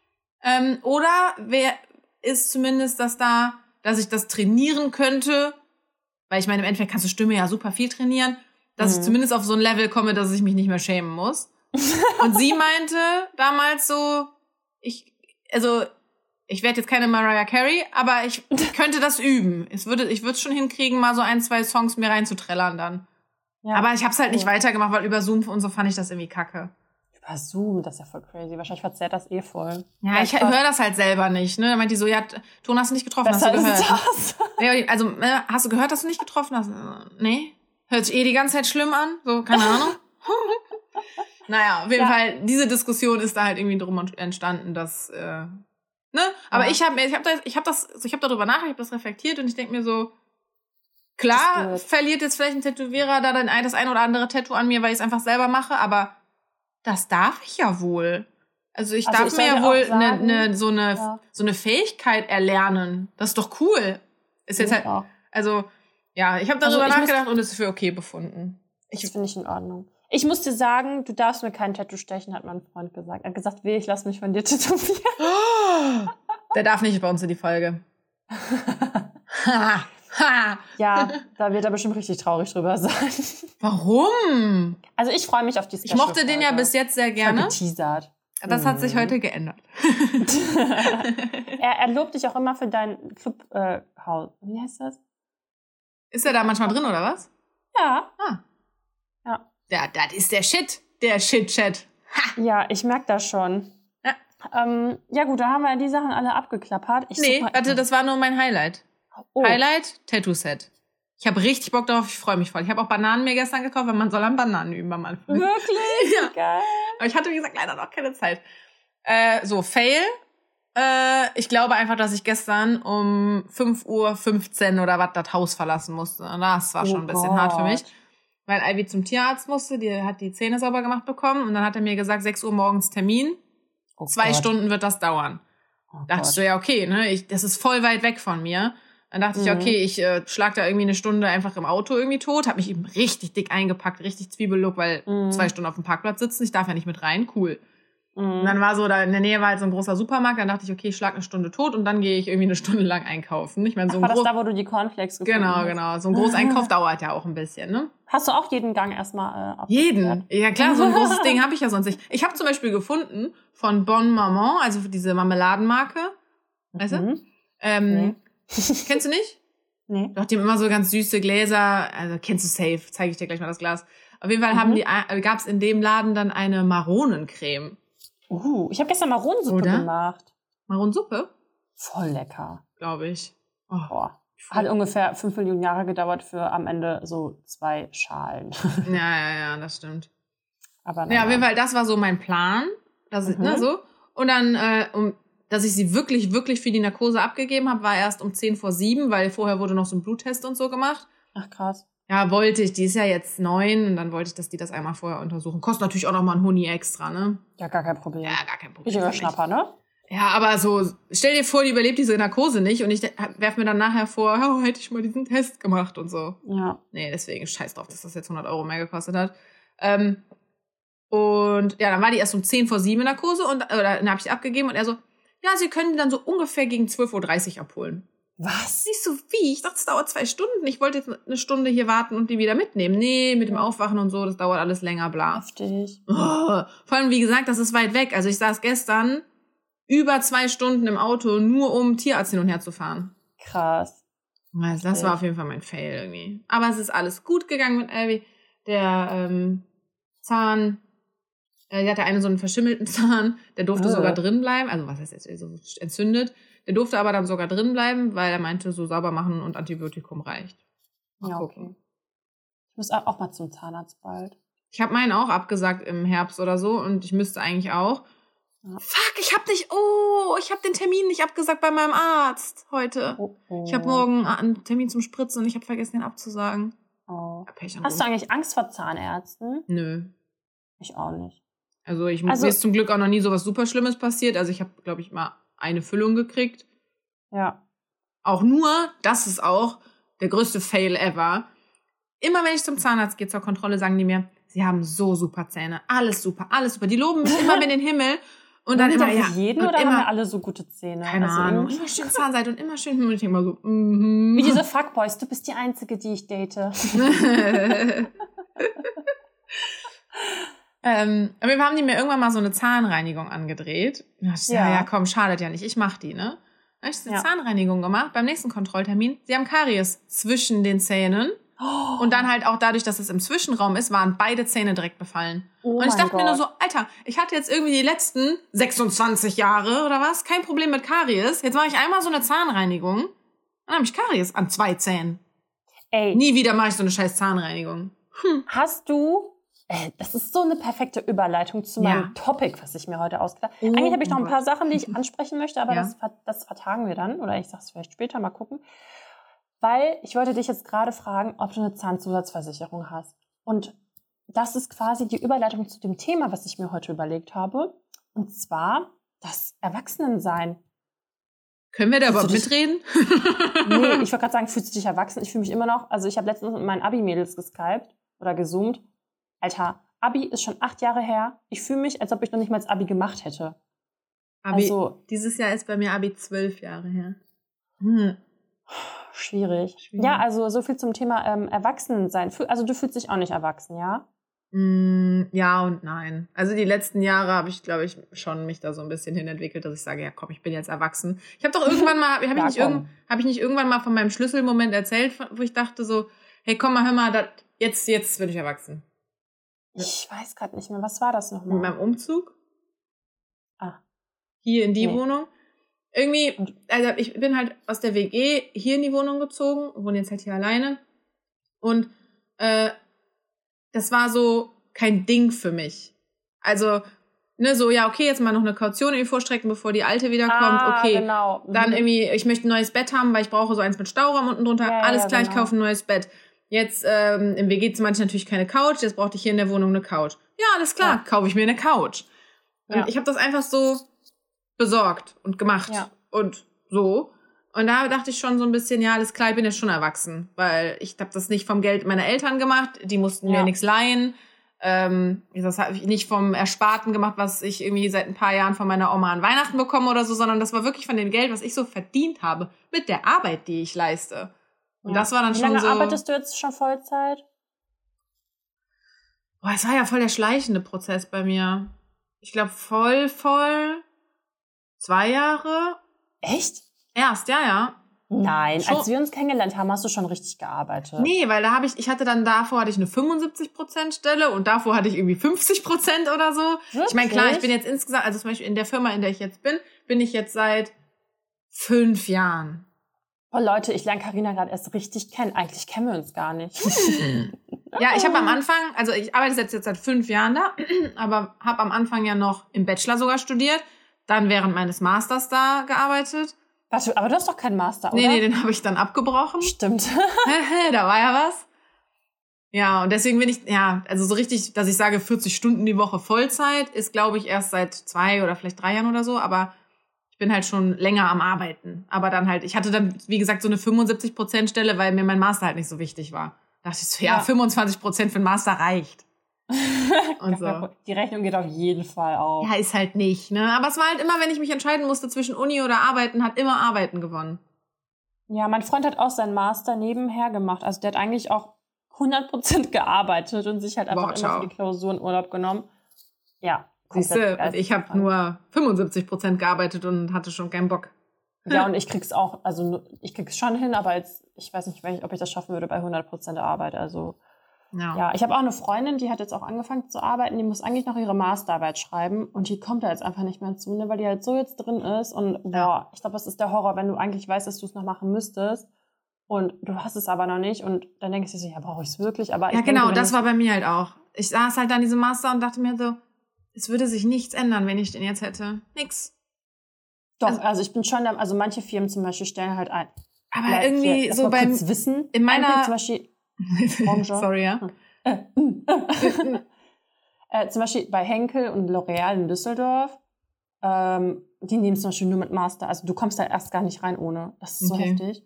Ähm, oder wer ist zumindest das da, dass ich das trainieren könnte, weil ich meine, im Endeffekt kannst du Stimme ja super viel trainieren, dass mhm. ich zumindest auf so ein Level komme, dass ich mich nicht mehr schämen muss. Und sie meinte damals so, ich, also... Ich werde jetzt keine Mariah Carey, aber ich könnte das üben. Es würde, ich würde es schon hinkriegen, mal so ein, zwei Songs mir reinzutrellern dann. Ja, aber ich habe es halt cool. nicht weitergemacht, weil über Zoom und so fand ich das irgendwie kacke. Über Zoom, das ist ja voll crazy. Wahrscheinlich verzerrt das eh voll. Ja, ja ich höre das halt selber nicht. Ne? Da meint die so, ja, Ton hast du nicht getroffen, Besser hast du gehört. Ist das. Ja, also, hast du gehört, dass du nicht getroffen hast? Nee. Hört sich eh die ganze Zeit schlimm an. So, keine Ahnung. Naja, auf jeden ja. Fall, diese Diskussion ist da halt irgendwie drum entstanden, dass... Äh, Ne? Aber ja. ich habe ich hab da, ich hab das, ich habe darüber nachgedacht, ich habe das reflektiert und ich denke mir so, klar verliert jetzt vielleicht ein Tätowierer da dann ein, das ein oder andere Tattoo an mir, weil ich es einfach selber mache, aber das darf ich ja wohl. Also ich also darf ich mir ja wohl sagen, ne, ne, so, eine, ja. so eine Fähigkeit erlernen. Das ist doch cool. Ist jetzt ja. halt, also ja, ich habe darüber also ich nachgedacht und es ist für okay befunden. Ich, das finde ich in Ordnung. Ich muss dir sagen, du darfst mir kein Tattoo stechen, hat mein Freund gesagt. Er hat gesagt, weh, ich lass mich von dir tätowieren. Der darf nicht bei uns in die Folge. Ja, da wird er bestimmt richtig traurig drüber sein. Warum? Also ich freue mich auf die Special Ich mochte den ja bis jetzt sehr gerne. Geteasert. Das hat sich heute geändert. er, er lobt dich auch immer für dein Clubhaus. Äh, Wie heißt das? Ist er da manchmal drin, oder was? Ja. Ah. Ja. Ja, das ist der Shit. Der Shit-Chat. Ja, ich merke das schon. Ja. Ähm, ja gut, dann haben wir die Sachen alle abgeklappert. Ich nee, warte, das war nur mein Highlight. Oh. Highlight, Tattoo-Set. Ich habe richtig Bock darauf, ich freue mich voll. Ich habe auch Bananen mir gestern gekauft, weil man soll an Bananen üben am Anfang. Wirklich? Ja. Geil. Aber ich hatte, wie gesagt, leider noch keine Zeit. Äh, so, Fail. Äh, ich glaube einfach, dass ich gestern um fünf Uhr fünfzehn oder was das Haus verlassen musste. Und das war schon Oh ein bisschen Gott. hart für mich. Weil Ivy zum Tierarzt musste, die hat die Zähne sauber gemacht bekommen. Und dann hat er mir gesagt, sechs Uhr morgens Termin. Oh Zwei Gott. Stunden wird das dauern. Oh Dachte ich so, ja, okay, ne, ich, das ist voll weit weg von mir. Dann dachte Mhm. ich, okay, ich äh, schlag da irgendwie eine Stunde einfach im Auto irgendwie tot. Hab mich eben richtig dick eingepackt, richtig Zwiebellook, weil Mhm. zwei Stunden auf dem Parkplatz sitzen, ich darf ja nicht mit rein, cool. Mhm. Und dann war so, da in der Nähe war halt so ein großer Supermarkt, dann dachte ich, okay, ich schlag eine Stunde tot und dann gehe ich irgendwie eine Stunde lang einkaufen. Ich meine, so Ach, ein war das Groß- da, wo du die Cornflakes gefunden Genau, hast? genau. So ein Großeinkauf dauert ja auch ein bisschen, ne? Hast du auch jeden Gang erstmal äh, abgeklärt? Jeden. Ja klar, so ein großes Ding habe ich ja sonst nicht. Ich habe zum Beispiel gefunden von Bon Maman, also diese Marmeladenmarke. Weißt du? Mhm. Ähm, Nee. Kennst du nicht? Nee. Doch, die haben immer so ganz süße Gläser. Also kennst du safe. Zeige ich dir gleich mal das Glas. Auf jeden Fall Mhm. haben die, äh, gab es in dem Laden dann eine Maronencreme. Uh, ich habe gestern Maronensuppe Oder? gemacht. Maronensuppe, Voll lecker. glaube ich. Oh. Boah. Hat ungefähr fünf Millionen Jahre gedauert für am Ende so zwei Schalen. Ja, ja, ja, das stimmt. Aber Ja, naja. auf jeden Fall, das war so mein Plan. Das ist, Mhm. ne, so. Und dann, äh, um, dass ich sie wirklich, wirklich für die Narkose abgegeben habe, war erst um zehn vor sieben, weil vorher wurde noch so ein Bluttest und so gemacht. Ach krass. Ja, wollte ich. Die ist ja jetzt neun und dann wollte ich, dass die das einmal vorher untersuchen. Kostet natürlich auch noch mal ein Huni extra, ne? Ja, gar kein Problem. Ja, gar kein Problem. Richtiger für mich. Schnapper, ne? Ja, aber so, stell dir vor, die überlebt diese Narkose nicht und ich werf mir dann nachher vor, oh, hätte ich mal diesen Test gemacht und so. Ja. Nee, deswegen scheiß drauf, dass das jetzt hundert Euro mehr gekostet hat. Ähm, und ja, dann war die erst um zehn vor sieben in Narkose und oder, dann habe ich sie abgegeben und er so, ja, sie können die dann so ungefähr gegen zwölf Uhr dreißig abholen. Was? Nicht so, wie? Ich dachte, es dauert zwei Stunden. Ich wollte jetzt eine Stunde hier warten und die wieder mitnehmen. Nee, mit dem Aufwachen und so, das dauert alles länger, bla. Heftig. Oh, vor allem, wie gesagt, das ist weit weg. Also ich saß gestern über zwei Stunden im Auto, nur um Tierarzt hin und her zu fahren. Krass. Also das war auf jeden Fall mein Fail irgendwie. Aber es ist alles gut gegangen mit Ivy. Der ähm, Zahn, äh, die hatte einen so einen verschimmelten Zahn, der durfte Oh. sogar drin bleiben. Also was heißt jetzt so entzündet. Der durfte aber dann sogar drin bleiben, weil er meinte, so sauber machen und Antibiotikum reicht. Mal Ja, gucken. okay. Ich muss auch mal zum Zahnarzt bald. Ich habe meinen auch abgesagt im Herbst oder so und ich müsste eigentlich auch. Ja. Fuck, ich hab nicht, oh, ich habe den Termin nicht abgesagt bei meinem Arzt heute. Oh, oh. Ich habe morgen einen Termin zum Spritzen und ich habe vergessen, den abzusagen. Oh. Ja, Pech an Hast du uns. eigentlich Angst vor Zahnärzten? Nö. Ich auch nicht. Also, ich, Also- mir ist zum Glück auch noch nie so was super Schlimmes passiert. Also ich habe, glaube ich, mal eine Füllung gekriegt. Ja. Auch nur, das ist auch der größte Fail ever. Immer wenn ich zum Zahnarzt gehe zur Kontrolle, sagen die mir, sie haben so super Zähne. Alles super, alles super. Die loben mich immer in den Himmel. Und dann Haben die immer, da ja. für jeden und oder immer, haben wir alle so gute Zähne? keine Also Ahnung. irgendwie- Immer schön Zahnseite und immer schön. Und ich denke immer so, mhm. Wie diese Fuckboys, du bist die Einzige, die ich date. ähm, aber wir haben die mir irgendwann mal so eine Zahnreinigung angedreht. Ja, ich, ja. Ja. ja, komm, schadet ja nicht. Ich mach die, ne? Dann hab ich die Ja. Zahnreinigung gemacht. Beim nächsten Kontrolltermin, sie haben Karies zwischen den Zähnen. Und dann halt auch dadurch, dass es im Zwischenraum ist, waren beide Zähne direkt befallen. Oh und ich mein dachte mir nur so, Gott. Alter, ich hatte jetzt irgendwie die letzten sechsundzwanzig Jahre oder was, kein Problem mit Karies. Jetzt mache ich einmal so eine Zahnreinigung. Dann habe ich Karies an zwei Zähnen. Ey, Nie wieder mache ich so eine scheiß Zahnreinigung. hast du, äh, das ist so eine perfekte Überleitung zu Ja. meinem Topic, was ich mir heute ausgedacht habe. Oh Eigentlich habe ich noch ein mein paar Sachen, die ich ansprechen möchte, aber Ja. das, ver- das vertagen wir dann. Oder ich sag's vielleicht später, mal gucken. Weil ich wollte dich jetzt gerade fragen, ob du eine Zahnzusatzversicherung hast. Und das ist quasi die Überleitung zu dem Thema, was ich mir heute überlegt habe. Und zwar das Erwachsenensein. Können wir da Fühlst überhaupt du dich- mitreden? Nee, ich wollte gerade sagen, fühlst du dich erwachsen? Ich fühle mich immer noch, also ich habe letztens mit meinen Abi-Mädels geskypt oder gezoomt. Alter, Abi ist schon acht Jahre her. Ich fühle mich, als ob ich noch nicht mal das Abi gemacht hätte. Abi, Also- dieses Jahr ist bei mir Abi zwölf Jahre her. Hm. Schwierig. Schwierig. Ja, also so viel zum Thema ähm, Erwachsenensein. Fühl- Also du fühlst dich auch nicht erwachsen, ja? Mm, ja und nein. Also die letzten Jahre habe ich, glaube ich, schon mich da so ein bisschen hin entwickelt, dass ich sage, ja komm, ich bin jetzt erwachsen. Ich habe doch irgendwann mal, habe ich, Ja, nicht komm. irgend, hab ich nicht irgendwann mal von meinem Schlüsselmoment erzählt, wo ich dachte so, hey komm mal, hör mal, dat, jetzt, jetzt bin ich erwachsen. Ich weiß gerade nicht mehr. Was war das Mit nochmal? meinem Umzug. Ah. hier in die Nee. Wohnung. Irgendwie, also ich bin halt aus der W G hier in die Wohnung gezogen, wohne jetzt halt hier alleine. Und äh, das war so kein Ding für mich. Also, ne, so, ja, okay, jetzt mal noch eine Kaution irgendwie vorstrecken, bevor die alte wiederkommt. Ah, okay, genau. Mhm. dann irgendwie, ich möchte ein neues Bett haben, weil ich brauche so eins mit Stauraum unten drunter. Ja, Alles ja, klar, ich genau. kaufe ein neues Bett. Jetzt ähm, im W G-Zimmer hatte ich natürlich keine Couch, jetzt brauchte ich hier in der Wohnung eine Couch. Ja, alles klar, Ja. kaufe ich mir eine Couch. Und Ja. ich habe das einfach so besorgt und gemacht Ja. und so. Und da dachte ich schon so ein bisschen, ja, alles klar, ich bin jetzt schon erwachsen, weil ich habe das nicht vom Geld meiner Eltern gemacht, die mussten Ja. mir nichts leihen. Ähm, das habe ich nicht vom Ersparten gemacht, was ich irgendwie seit ein paar Jahren von meiner Oma an Weihnachten bekomme oder so, sondern das war wirklich von dem Geld, was ich so verdient habe, mit der Arbeit, die ich leiste. Und Ja. das war dann Wie schon lange so. arbeitest du jetzt schon Vollzeit? Boah, es war ja voll der schleichende Prozess bei mir. Ich glaube, voll, voll zwei Jahre. Echt? Erst, ja, ja. Nein, Schon. als wir uns kennengelernt haben, hast du schon richtig gearbeitet. Nee, weil da habe ich, ich hatte dann davor hatte ich eine fünfundsiebzig Prozent Stelle und davor hatte ich irgendwie fünfzig Prozent oder so. Wirklich? Ich meine, klar, ich bin jetzt insgesamt, also zum Beispiel in der Firma, in der ich jetzt bin, bin ich jetzt seit fünf Jahren. Oh Leute, ich lerne Carina gerade erst richtig kennen. Eigentlich kennen wir uns gar nicht. Ja, ich habe am Anfang, also ich arbeite jetzt, jetzt seit fünf Jahren da, aber habe am Anfang ja noch im Bachelor sogar studiert, dann während meines Masters da gearbeitet. Warte, aber du hast doch keinen Master, oder? Nee, nee, den habe ich dann abgebrochen. Stimmt. Da war ja was. Ja, und deswegen bin ich, ja, also so richtig, dass ich sage, vierzig Stunden die Woche Vollzeit, ist, glaube ich, erst seit zwei oder vielleicht drei Jahren oder so, aber ich bin halt schon länger am Arbeiten. Aber dann halt, ich hatte dann, wie gesagt, so eine fünfundsiebzig Prozent Stelle, weil mir mein Master halt nicht so wichtig war. Da dachte ich so, ja, Ja. fünfundzwanzig Prozent für den Master reicht. Und so. Die Rechnung geht auf jeden Fall auf. Ja, ist halt nicht, ne? Aber es war halt immer, wenn ich mich entscheiden musste zwischen Uni oder Arbeiten, hat immer Arbeiten gewonnen. Ja, mein Freund hat auch seinen Master nebenher gemacht. Also der hat eigentlich auch hundert Prozent gearbeitet und sich halt einfach Boah, immer ciao. für die Klausuren Urlaub genommen. Ja. Siehst du, und ich habe nur fünfundsiebzig Prozent gearbeitet und hatte schon keinen Bock. Ja, und ich krieg's auch, also nur- ich krieg's schon hin, aber jetzt, ich weiß nicht, ob ich das schaffen würde bei hundert Prozent der Arbeit. Also Ja. ja, ich habe auch eine Freundin, die hat jetzt auch angefangen zu arbeiten, die muss eigentlich noch ihre Masterarbeit schreiben und die kommt da jetzt einfach nicht mehr zu, ne, weil die halt so jetzt drin ist und boah, Ja. ich glaube, das ist der Horror, wenn du eigentlich weißt, dass du es noch machen müsstest und du hast es aber noch nicht und dann denkst du dir so, ja, brauche ich es wirklich? Aber Ja, ich genau, denke, wenn das du- war bei mir halt auch. Ich saß halt an diesem Master und dachte mir so, es würde sich nichts ändern, wenn ich den jetzt hätte. Nix. Doch, also- also, ich bin schon, der, also manche Firmen zum Beispiel stellen halt ein. Aber Ja, irgendwie hier, so erst mal beim... kurz wissen, in meiner- Ein Bild zum Beispiel, Branche. Sorry, ja. äh, zum Beispiel bei Henkel und L'Oreal in Düsseldorf, ähm, die nehmen zum Beispiel nur mit Master. Also du kommst da erst gar nicht rein ohne. Das ist so Okay. heftig.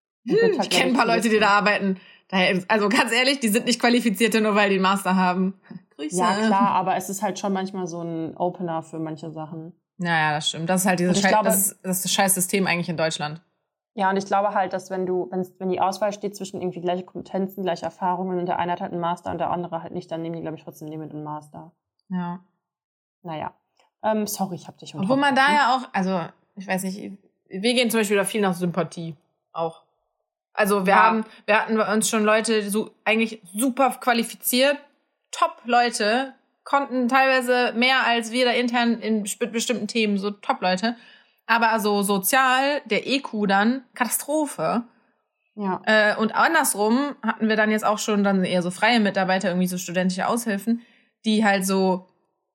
Hm, ich kenne ein paar Leute, die da arbeiten. Daher, also ganz ehrlich, die sind nicht qualifizierte, nur weil die einen Master haben. Grüße. Ja, klar, aber es ist halt schon manchmal so ein Opener für manche Sachen. Naja, das stimmt. Das ist halt Und dieses ich Schei glaube- das, ist, das ist das Scheißsystem eigentlich in Deutschland. Ja, und ich glaube halt, dass wenn du, wenn wenn die Auswahl steht zwischen irgendwie gleiche Kompetenzen, gleiche Erfahrungen und der eine hat halt einen Master und der andere halt nicht, dann nehmen die, glaube ich, trotzdem den mit einem Master. Ja. Naja. Ähm, sorry, ich habe dich Obwohl man da unterbrochen. ja auch, also ich weiß nicht, wir gehen zum Beispiel da viel nach Sympathie auch. Also wir Ja. haben, wir hatten bei uns schon Leute, so eigentlich super qualifiziert, Top-Leute, konnten teilweise mehr als wir da intern in bes- bestimmten Themen, so Top-Leute. Aber also sozial, der E Q dann, Katastrophe. Ja. Äh, und andersrum hatten wir dann jetzt auch schon dann eher so freie Mitarbeiter, irgendwie so studentische Aushilfen, die halt so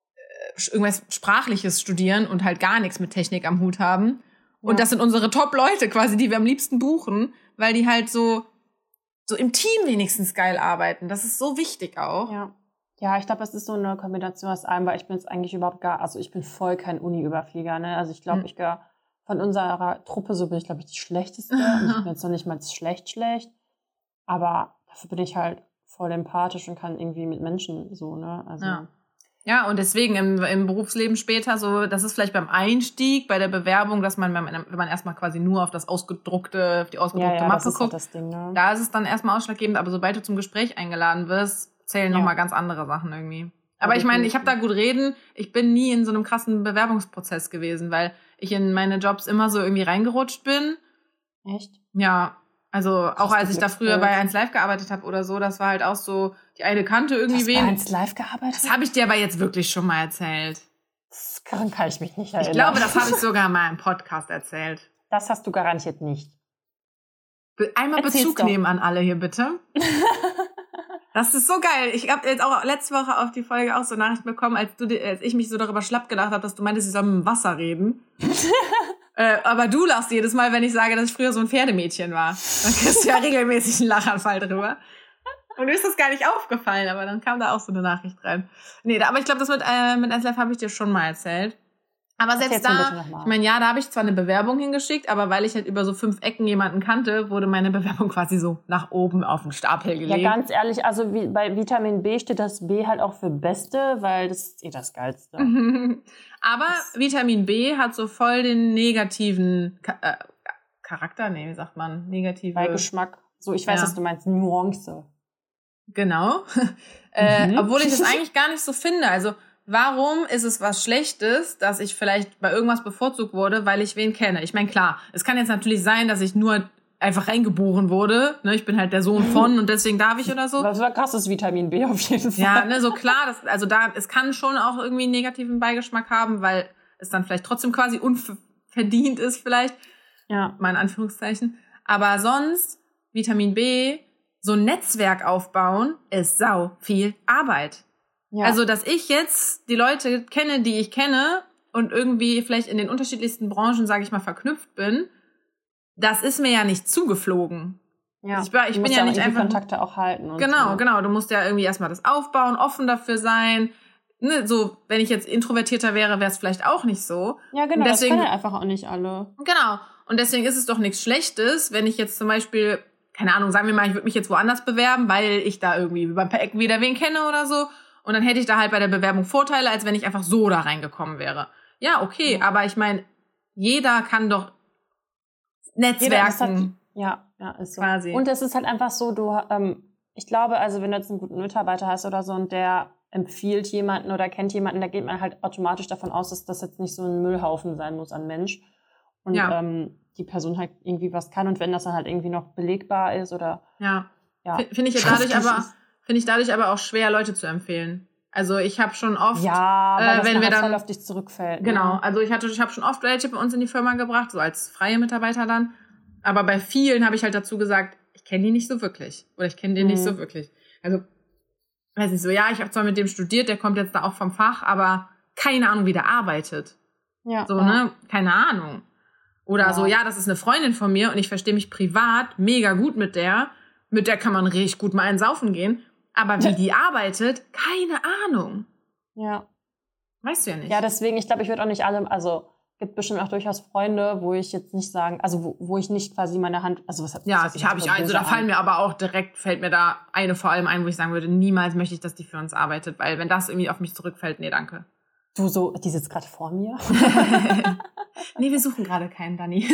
äh, irgendwas Sprachliches studieren und halt gar nichts mit Technik am Hut haben. Und Ja. das sind unsere Top-Leute quasi, die wir am liebsten buchen, weil die halt so, so im Team wenigstens geil arbeiten. Das ist so wichtig auch. Ja. Ja, ich glaube, es ist so eine Kombination aus allem, weil ich bin jetzt eigentlich überhaupt gar, also ich bin voll kein Uni-Überflieger, ne? Also ich glaube, Hm. ich gehe von unserer Truppe, so bin ich, glaube ich, die schlechteste. Und ich bin jetzt noch nicht mal schlecht, schlecht. Aber dafür bin ich halt voll empathisch und kann irgendwie mit Menschen so, ne? Also, Ja. Ja, und deswegen im, im Berufsleben später so, das ist vielleicht beim Einstieg, bei der Bewerbung, dass man, beim- wenn man erstmal quasi nur auf das ausgedruckte, auf die ja, ausgedruckte ja, das Mappe ist halt guckt, das Ding, ne? da ist es dann erstmal ausschlaggebend, aber sobald du zum Gespräch eingeladen wirst, zählen Ja. nochmal ganz andere Sachen irgendwie. Aber Ja, ich meine, ich habe da definitiv. gut reden. Ich bin nie in so einem krassen Bewerbungsprozess gewesen, weil ich in meine Jobs immer so irgendwie reingerutscht bin. Echt? Ja, also auch du als ich da früher Glückspilz. bei eins Live gearbeitet habe oder so, das war halt auch so, die eine kannte irgendwie Hast du wen. bei eins live gearbeitet? Das habe ich dir aber jetzt wirklich schon mal erzählt. Daran kann ich mich nicht erinnern. Ich glaube, das habe ich sogar mal im Podcast erzählt. Das hast du garantiert nicht. Einmal Erzähl's Bezug doch. nehmen an alle hier, bitte. Das ist so geil. Ich habe jetzt auch letzte Woche auf die Folge auch so Nachrichten bekommen, als, du, als ich mich so darüber schlapp gedacht habe, dass du meintest, ich soll mit dem Wasser reden. äh, aber du lachst jedes Mal, wenn ich sage, dass ich früher so ein Pferdemädchen war. Dann kriegst du ja regelmäßig einen Lachanfall drüber. Und mir ist das gar nicht aufgefallen, aber dann kam da auch so eine Nachricht rein. Nee, da, aber ich glaube, das mit, äh, mit S L F habe ich dir schon mal erzählt. Aber selbst Erzähl's mir bitte da, noch mal. ich meine, ja, da habe ich zwar eine Bewerbung hingeschickt, aber weil ich halt über so fünf Ecken jemanden kannte, wurde meine Bewerbung quasi so nach oben auf den Stapel gelegt. Ja, ganz ehrlich, also wie, bei Vitamin B steht das B halt auch für Beste, weil das ist eh das Geilste. Aber das Vitamin B hat so voll den negativen Ka- äh, Charakter, nee, wie sagt man? Negative Beigeschmack. So, ich weiß, Ja. was du meinst. Nuance. Genau. äh, Mhm. obwohl ich das eigentlich gar nicht so finde. Also, warum ist es was Schlechtes, dass ich vielleicht bei irgendwas bevorzugt wurde, weil ich wen kenne? Ich meine, klar, es kann jetzt natürlich sein, dass ich nur einfach reingeboren wurde. Ne? Ich bin halt der Sohn von und deswegen darf ich oder so. Das war krasses Vitamin B auf jeden Fall. Ja, ne, so klar, das, also da, es kann schon auch irgendwie einen negativen Beigeschmack haben, weil es dann vielleicht trotzdem quasi unverdient ist vielleicht. Ja. Mal in Anführungszeichen. Aber sonst, Vitamin B, so ein Netzwerk aufbauen, ist sau viel Arbeit. Ja. Also, dass ich jetzt die Leute kenne, die ich kenne und irgendwie vielleicht in den unterschiedlichsten Branchen, sage ich mal, verknüpft bin, das ist mir ja nicht zugeflogen. ja. Ich, war- ich Du bin musst ja auch nicht irgendwie einfach... Kontakte auch halten. Und Genau, so. genau. Du musst ja irgendwie erstmal das aufbauen, offen dafür sein. Ne, so, wenn ich jetzt introvertierter wäre, wäre es vielleicht auch nicht so. Ja, genau, Und das deswegen- können ja einfach auch nicht alle. Genau. Und deswegen ist es doch nichts Schlechtes, wenn ich jetzt zum Beispiel, keine Ahnung, sagen wir mal, ich würde mich jetzt woanders bewerben, weil ich da irgendwie über ein paar Ecken wieder wen kenne oder so. Und dann hätte ich da halt bei der Bewerbung Vorteile, als wenn ich einfach so da reingekommen wäre. Ja, okay, Ja. aber ich meine, jeder kann doch Jeder, das hat, Netzwerken ja, ja, ist so. quasi. Und es ist halt einfach so, du, ähm, ich glaube, also wenn du jetzt einen guten Mitarbeiter hast oder so und der empfiehlt jemanden oder kennt jemanden, da geht man halt automatisch davon aus, dass das jetzt nicht so ein Müllhaufen sein muss an Mensch. Und Ja. ähm, die Person halt irgendwie was kann und wenn das dann halt irgendwie noch belegbar ist oder ja. ja. F- Finde ich ja dadurch schriftlich aber, ist. finde ich dadurch aber auch schwer, Leute zu empfehlen. Also ich habe schon oft, Ja, weil äh, das wenn wir nachher dann- voll auf dich zurückfällt. genau, Ne? also ich hatte, ich habe schon oft Leute bei uns in die Firma gebracht, so als freie Mitarbeiter dann. Aber bei vielen habe ich halt dazu gesagt, ich kenne die nicht so wirklich. Oder ich kenne den Mhm. nicht so wirklich. Also, weiß nicht so, ja, ich habe zwar mit dem studiert, der kommt jetzt da auch vom Fach, aber keine Ahnung, wie der arbeitet. Ja, So, ja. ne? Keine Ahnung. Oder Ja. so, ja, das ist eine Freundin von mir und ich verstehe mich privat mega gut mit der. Mit der kann man richtig gut mal einen saufen gehen. Aber wie die arbeitet, keine Ahnung. Ja. Weißt du ja nicht. Ja, deswegen, ich glaube, ich würde auch nicht alle, also gibt bestimmt auch durchaus Freunde, wo ich jetzt nicht sagen, also wo, wo ich nicht quasi meine Hand, also was Ja, was ich habe ich, also da fallen mir aber auch direkt, fällt mir da eine vor allem ein, wo ich sagen würde, niemals möchte ich, dass die für uns arbeitet, weil wenn das irgendwie auf mich zurückfällt, nee, danke. Du so, die sitzt gerade vor mir. Nee, wir suchen gerade keinen, Dani.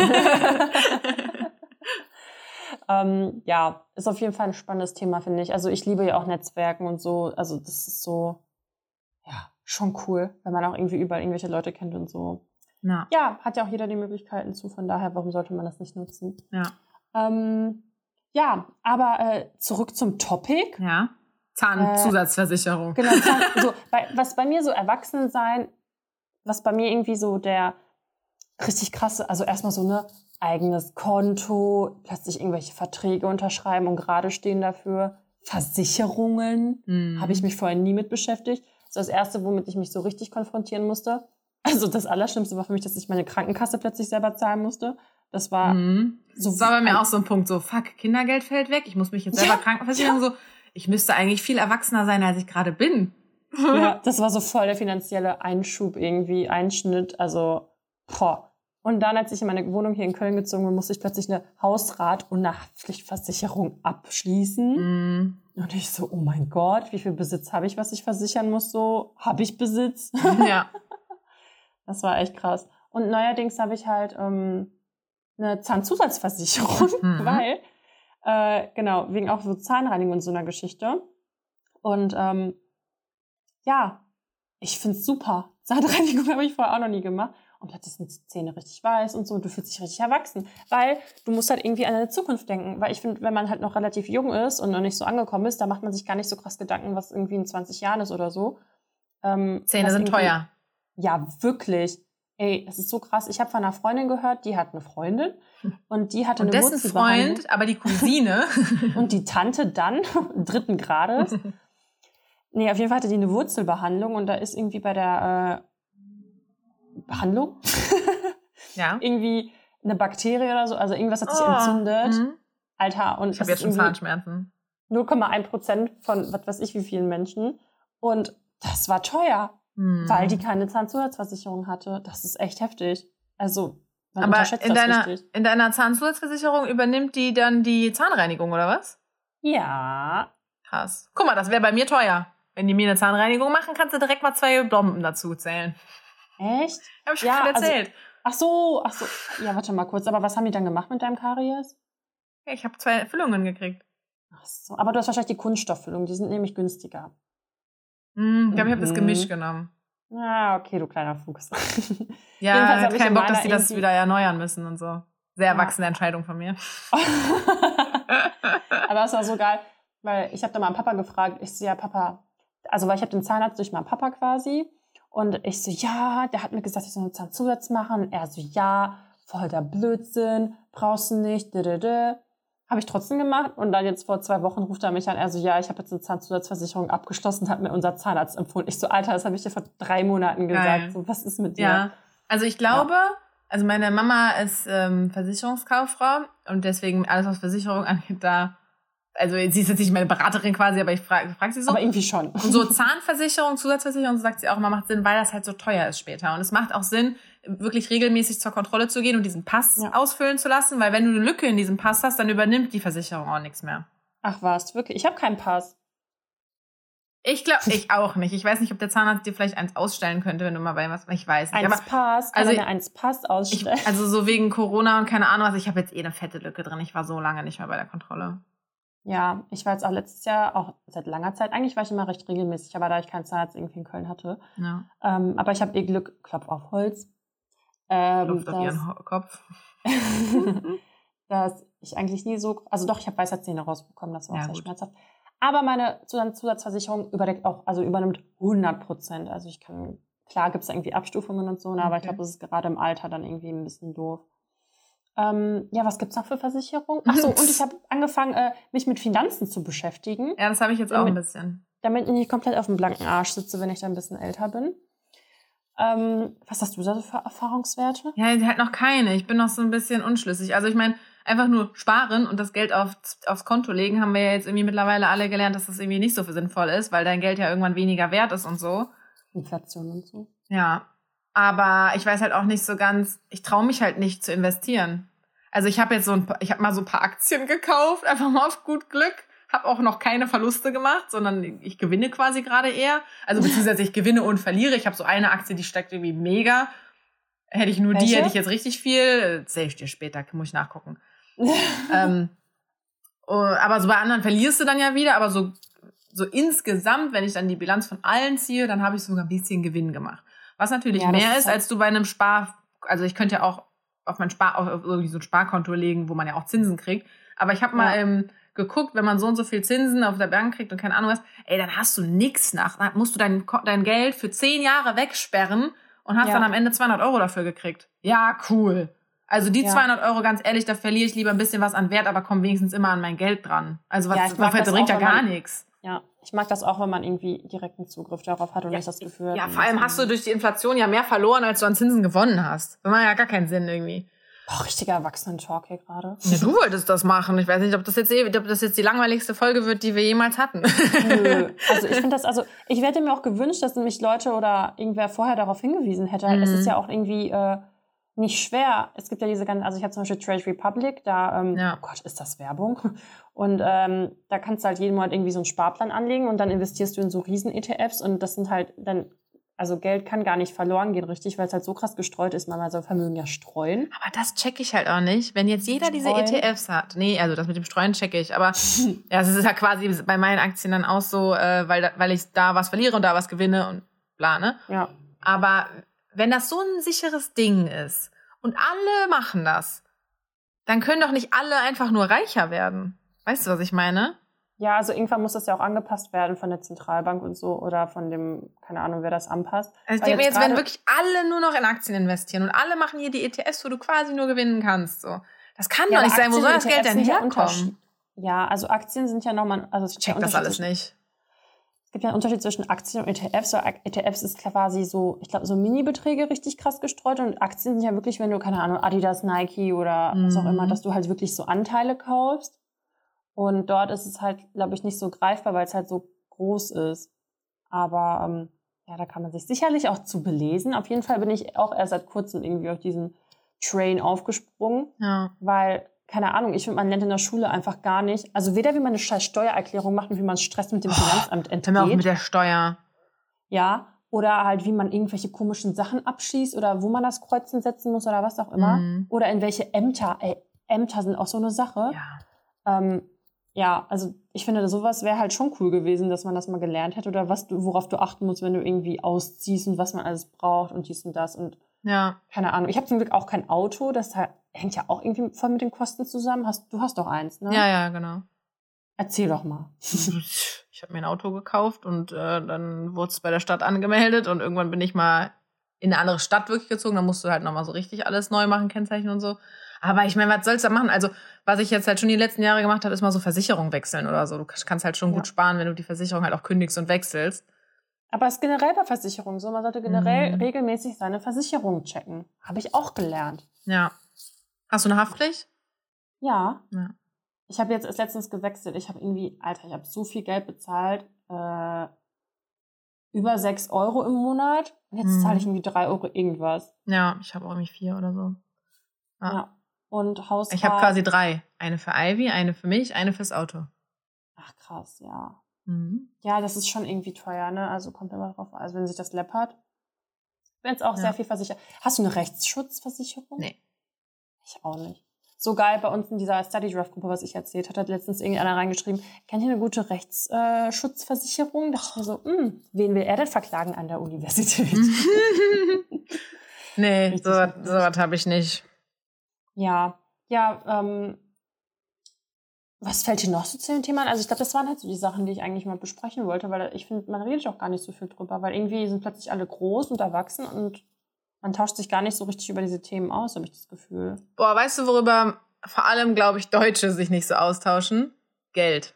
ähm, ja, ist auf jeden Fall ein spannendes Thema, finde ich. Also ich liebe ja auch Netzwerken und so, also das ist so, ja, schon cool, wenn man auch irgendwie überall irgendwelche Leute kennt und so. Na, Ja, hat ja auch jeder die Möglichkeiten zu, von daher, warum sollte man das nicht nutzen? ja. Ähm, ja, aber äh, zurück zum Topic. Ja. Zahnzusatzversicherung. Genau, so, bei, was bei mir so Erwachsenensein, was bei mir irgendwie so der richtig krasse, also erstmal so ne eigenes Konto, plötzlich irgendwelche Verträge unterschreiben und gerade stehen dafür. Versicherungen, Mhm. habe ich mich vorher nie mit beschäftigt. Das ist das Erste, womit ich mich so richtig konfrontieren musste. Also das Allerschlimmste war für mich, dass ich meine Krankenkasse plötzlich selber zahlen musste. Das war Mhm. so... Das war bei mir auch so ein Punkt, so, fuck, Kindergeld fällt weg, ich muss mich jetzt selber Ja, krankenversichern, so, ich müsste eigentlich viel erwachsener sein, als ich gerade bin. Ja, das war so voll der finanzielle Einschub irgendwie, Einschnitt, also, boah. Und dann, als ich in meine Wohnung hier in Köln gezogen bin, musste ich plötzlich eine Hausrat- und eine Haftpflichtversicherung abschließen. Mhm. Und ich so, oh mein Gott, wie viel Besitz habe ich, was ich versichern muss? So, habe ich Besitz? Ja. Das war echt krass. Und neuerdings habe ich halt ähm, eine Zahnzusatzversicherung, Mhm. weil, äh, genau, wegen auch so Zahnreinigung und so einer Geschichte. Und ähm, ja, ich finde es super. Zahnreinigung habe ich vorher auch noch nie gemacht. Und plötzlich sind die Zähne richtig weiß und so. Und du fühlst dich richtig erwachsen. Weil du musst halt irgendwie an deine Zukunft denken. Weil ich finde, wenn man halt noch relativ jung ist und noch nicht so angekommen ist, da macht man sich gar nicht so krass Gedanken, was irgendwie in zwanzig Jahren ist oder so. Ähm, Zähne was sind irgendwie- teuer. Ja, wirklich. Ey, das ist so krass. Ich habe von einer Freundin gehört, die hat eine Freundin und die hatte Und eine dessen Wurzelbehandlung. Freund, aber die Cousine. Und die Tante dann, dritten Grades. Nee, auf jeden Fall hatte die eine Wurzelbehandlung und da ist irgendwie bei der äh, Behandlung ja. irgendwie eine Bakterie oder so, also irgendwas hat sich oh. entzündet. Mhm. Alter, und ich habe jetzt schon Zahnschmerzen. null Komma eins Prozent von was weiß ich wie vielen Menschen. Und das war teuer, mhm. weil die keine Zahnzusatzversicherung hatte. Das ist echt heftig. Also, man aber unterschätzt in das deiner, richtig. in deiner Zahnzusatzversicherung übernimmt die dann die Zahnreinigung, oder was? Ja. Krass. Guck mal, das wäre bei mir teuer. Wenn die mir eine Zahnreinigung machen, kannst du direkt mal zwei Bomben dazu zählen. Echt? Hab ich schon ja, gerade erzählt. Also, ach so, ach so. Ja, warte mal kurz. Aber was haben die dann gemacht mit deinem Karies? Ja, ich habe zwei Füllungen gekriegt. Ach so. Aber du hast wahrscheinlich die Kunststofffüllung. Die sind nämlich günstiger. Mm, ich glaube, ich habe das Mhm. Gemisch genommen. Ja, okay, du kleiner Fuchs. Ja, Jedenfalls ich hab hab ich keinen in Bock, dass meiner die das irgendwie- wieder erneuern müssen und so. Sehr Ja. erwachsene Entscheidung von mir. Aber es war so geil, weil ich habe da meinen Papa gefragt. Ich so, ja, Papa, also weil ich habe den Zahnarzt durch meinen Papa quasi. Und ich so, ja, der hat mir gesagt, ich soll einen Zahnzusatz machen. Er so, ja, voll der Blödsinn, brauchst du nicht. Habe ich trotzdem gemacht. Und dann jetzt vor zwei Wochen ruft er mich an. Er so, ja, ich habe jetzt eine Zahnzusatzversicherung abgeschlossen, hat mir unser Zahnarzt empfohlen. Ich so, Alter, das habe ich dir vor drei Monaten gesagt. Geil. So, was ist mit dir? Ja, also ich glaube, ja. also meine Mama ist ähm, Versicherungskauffrau und deswegen alles, was Versicherung angeht, da, also sie ist jetzt nicht meine Beraterin quasi, aber ich frage frag sie so. Aber irgendwie schon. Und so Zahnversicherung, Zusatzversicherung, so sagt sie auch immer, macht Sinn, weil das halt so teuer ist später. Und es macht auch Sinn, wirklich regelmäßig zur Kontrolle zu gehen und diesen Pass Ja. ausfüllen zu lassen, weil wenn du eine Lücke in diesem Pass hast, dann übernimmt die Versicherung auch nichts mehr. Ach was, wirklich? Ich habe keinen Pass. Ich glaube, ich auch nicht. Ich weiß nicht, ob der Zahnarzt dir vielleicht eins ausstellen könnte, wenn du mal bei was, ich weiß nicht. Eins Aber Pass, kann also er mir eins Pass ausstellen? ich, also so wegen Corona und keine Ahnung was, ich habe jetzt eh eine fette Lücke drin. Ich war so lange nicht mehr bei der Kontrolle. Ja, ich war jetzt auch letztes Jahr, auch seit langer Zeit, eigentlich war ich immer recht regelmäßig, aber da ich keinen Zahnarzt irgendwie in Köln hatte. Ja. Ähm, aber ich habe eh Glück, Klopf auf Holz, ähm, Luft auf dass, ihren Ho- Kopf. dass ich eigentlich nie so, also doch, ich habe Weisheitszähne rausbekommen, das war Ja, auch sehr gut. schmerzhaft. Aber meine Zusatz- Zusatzversicherung überdeckt auch, also übernimmt hundert Prozent. Also ich kann, klar gibt es irgendwie Abstufungen und so, ne, aber ich Okay. glaube, das ist gerade im Alter dann irgendwie ein bisschen doof. Ähm, ja, was gibt's noch für Versicherungen? Ach so, und ich habe angefangen, äh, mich mit Finanzen zu beschäftigen, Ja, das habe ich jetzt auch ein bisschen. damit ich nicht komplett auf dem blanken Arsch sitze, wenn ich dann ein bisschen älter bin. Ähm, was hast du da so für Erfahrungswerte? Ja, halt noch keine. Ich bin noch so ein bisschen unschlüssig. Also ich meine, einfach nur sparen und das Geld auf, aufs Konto legen, haben wir ja jetzt irgendwie mittlerweile alle gelernt, dass das irgendwie nicht so sinnvoll ist, weil dein Geld ja irgendwann weniger wert ist und so. Inflation und so. Ja, aber ich weiß halt auch nicht so ganz, ich traue mich halt nicht zu investieren. Also ich habe jetzt so ein paar, ich habe mal so ein paar Aktien gekauft, einfach mal auf gut Glück. Habe auch noch keine Verluste gemacht, sondern ich gewinne quasi gerade eher. Also beziehungsweise ich gewinne und verliere. Ich habe so eine Aktie, die steigt irgendwie mega. Hätte ich nur die, Welche? hätte ich jetzt richtig viel. Sehe ich dir später, muss ich nachgucken. ähm, oh, aber so bei anderen verlierst du dann ja wieder. Aber so, so insgesamt, wenn ich dann die Bilanz von allen ziehe, dann habe ich sogar ein bisschen Gewinn gemacht. Was natürlich Ja, das mehr ist ist, halt- als du bei einem Spar... Also ich könnte ja auch auf mein Spar, auf, auf irgendwie so ein Sparkonto legen, wo man ja auch Zinsen kriegt. Aber ich habe mal Ja. ähm, geguckt, wenn man so und so viel Zinsen auf der Bank kriegt und keine Ahnung was, ey, dann hast du nix nach. Dann musst du dein, Ko- dein Geld für zehn Jahre wegsperren und hast Ja. dann am Ende zweihundert Euro dafür gekriegt. Ja, cool. Also die Ja. zweihundert Euro, ganz ehrlich, da verliere ich lieber ein bisschen was an Wert, aber komme wenigstens immer an mein Geld dran. Also was, Ja, ich was mag das bringt ja auch, wenn gar man- nichts. Ja, ich mag das auch, wenn man irgendwie direkten Zugriff darauf hat und Ja, nicht das Gefühl hat. Ja, man vor allem muss hast du durch die Inflation ja mehr verloren, als du an Zinsen gewonnen hast. Das macht ja gar keinen Sinn irgendwie. Boah, richtiger Erwachsenen-Talk hier gerade. Ja, du wolltest das machen. Ich weiß nicht, ob das jetzt, eh- ob das jetzt die langweiligste Folge wird, die wir jemals hatten. Nö. Also ich finde das, also ich hätte mir auch gewünscht, dass mich Leute oder irgendwer vorher darauf hingewiesen hätte. Mhm. Es ist ja auch irgendwie äh, nicht schwer. Es gibt ja diese ganzen, also ich habe zum Beispiel Trade Republic, da, ähm, Ja. oh Gott, ist das Werbung? Und ähm, da kannst du halt jeden Monat irgendwie so einen Sparplan anlegen und dann investierst du in so Riesen-E T Fs und das sind halt dann, also Geld kann gar nicht verloren gehen, richtig, weil es halt so krass gestreut ist. Man soll Vermögen ja streuen. Aber das checke ich halt auch nicht. Wenn jetzt jeder diese Streuen? E T Fs hat. Nee, also das mit dem Streuen checke ich. Aber ja, es ist ja quasi bei meinen Aktien dann auch so, äh, weil, da, weil ich da was verliere und da was gewinne und bla, ne? Ja. Aber wenn das so ein sicheres Ding ist und alle machen das, dann können doch nicht alle einfach nur reicher werden. Weißt du, was ich meine? Ja, also irgendwann muss das ja auch angepasst werden von der Zentralbank und so oder von dem, keine Ahnung, wer das anpasst. Also ich denke mir, jetzt werden wirklich alle nur noch in Aktien investieren und alle machen hier die E T Fs, wo du quasi nur gewinnen kannst. So. Das kann ja, doch nicht sein. Wo soll das Geld denn herkommen? Ja, also Aktien sind ja nochmal... Also ich check das alles nicht. Es gibt ja einen Unterschied zwischen Aktien und E T Fs. So, E T Fs ist quasi so, ich glaube, so Mini-Beträge richtig krass gestreut und Aktien sind ja wirklich, wenn du, keine Ahnung, Adidas, Nike oder mhm. was auch immer, dass du halt wirklich so Anteile kaufst. Und dort ist es halt, glaube ich, nicht so greifbar, weil es halt so groß ist. Aber ähm, ja, da kann man sich sicherlich auch zu belesen. Auf jeden Fall bin ich auch erst seit kurzem irgendwie auf diesen Train aufgesprungen. Ja. Weil, keine Ahnung, ich finde, man lernt in der Schule einfach gar nicht. Also weder wie man eine scheiß Steuererklärung macht und wie man Stress mit dem oh, Finanzamt entgeht. Auch mit der Steuer. Ja, oder halt, wie man irgendwelche komischen Sachen abschießt oder wo man das Kreuzen setzen muss oder was auch immer. Mhm. Oder in welche Ämter. Ey, Ämter sind auch so eine Sache. Ja. Ähm, Ja, also ich finde, sowas wäre halt schon cool gewesen, dass man das mal gelernt hätte oder was du, worauf du achten musst, wenn du irgendwie ausziehst und was man alles braucht und dies und das und ja. keine Ahnung. Ich habe zum Glück auch kein Auto, das hängt ja auch irgendwie voll mit den Kosten zusammen. Hast, du hast doch eins, ne? Ja, ja, genau. Erzähl doch mal. Ich habe mir ein Auto gekauft und äh, dann wurde es bei der Stadt angemeldet und irgendwann bin ich mal in eine andere Stadt wirklich gezogen. Da musst du halt nochmal so richtig alles neu machen, Kennzeichen und so. Aber ich meine, was sollst du da machen? Also, was ich jetzt halt schon die letzten Jahre gemacht habe, ist mal so Versicherung wechseln oder so. Du kannst halt schon ja. gut sparen, wenn du die Versicherung halt auch kündigst und wechselst. Aber es ist generell bei Versicherungen so. Man sollte generell mhm. regelmäßig seine Versicherung checken. Habe ich auch gelernt. Ja. Hast du eine Haftpflicht? Ja. ja. Ich habe jetzt erst letztens gewechselt. Ich habe irgendwie, Alter, ich habe so viel Geld bezahlt. Äh, über sechs Euro im Monat. Und jetzt mhm. zahle ich irgendwie drei Euro irgendwas. Ja, ich habe auch irgendwie vier oder so. Ja. ja. Und Hausrat. Ich habe quasi drei. Eine für Ivy, eine für mich, eine fürs Auto. Ach krass, ja. Mhm. Ja, das ist schon irgendwie teuer, ne? Also kommt immer drauf an. Also wenn sich das läppert. Wenn es auch ja. sehr viel versichert. Hast du eine Rechtsschutzversicherung? Nee. Ich auch nicht. So geil bei uns in dieser Study Draft Gruppe, was ich erzählt hatte, hat letztens irgendeiner reingeschrieben, kennt ihr eine gute Rechtsschutzversicherung? Da dachte ich mir so, mh, wen will er denn verklagen an der Universität? Nee, so was habe ich nicht. Ja, ja, ähm, was fällt dir noch so zu dem Thema an? Also ich glaube, das waren halt so die Sachen, die ich eigentlich mal besprechen wollte, weil ich finde, man redet auch gar nicht so viel drüber, weil irgendwie sind plötzlich alle groß und erwachsen und man tauscht sich gar nicht so richtig über diese Themen aus, habe ich das Gefühl. Boah, weißt du, worüber vor allem, glaube ich, Deutsche sich nicht so austauschen? Geld.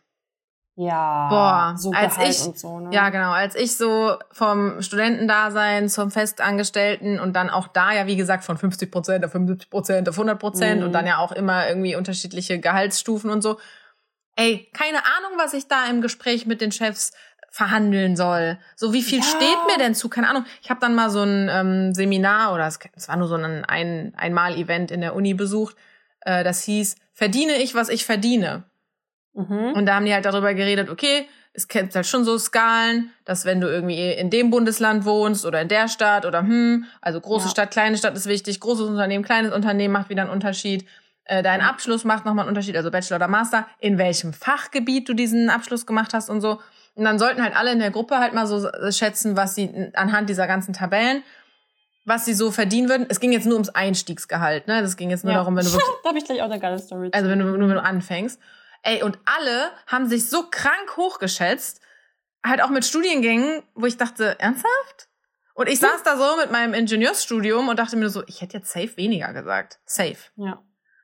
Ja, Boah, so als Gehalt ich, und so, ne? Ja, genau. Als ich so vom Studentendasein zum Festangestellten und dann auch da ja, wie gesagt, von fünfzig Prozent auf fünfundsiebzig Prozent auf hundert Prozent Mhm. und dann ja auch immer irgendwie unterschiedliche Gehaltsstufen und so. Ey, keine Ahnung, was ich da im Gespräch mit den Chefs verhandeln soll. So, wie viel Ja. steht mir denn zu? Keine Ahnung. Ich habe dann mal so ein ähm, Seminar oder es, es war nur so ein, ein Einmal-Event in der Uni besucht. Äh, das hieß, verdiene ich, was ich verdiene. Mhm. Und da haben die halt darüber geredet, okay, es gibt halt schon so Skalen, dass wenn du irgendwie in dem Bundesland wohnst oder in der Stadt oder hm, also große Ja. Stadt, kleine Stadt ist wichtig, großes Unternehmen, kleines Unternehmen macht wieder einen Unterschied. Äh, dein Ja. Abschluss macht nochmal einen Unterschied, also Bachelor oder Master, in welchem Fachgebiet du diesen Abschluss gemacht hast und so. Und dann sollten halt alle in der Gruppe halt mal so schätzen, was sie anhand dieser ganzen Tabellen, was sie so verdienen würden. Es ging jetzt nur ums Einstiegsgehalt, ne? Das ging jetzt nur Ja. darum, wenn du wirklich, Da habe ich gleich auch eine geile Story. also zu. wenn du, nur wenn du anfängst. Ey, und alle haben sich so krank hochgeschätzt, halt auch mit Studiengängen, wo ich dachte, ernsthaft? Und ich saß da so mit meinem Ingenieursstudium und dachte mir so, ich hätte jetzt safe weniger gesagt. Safe. Ja.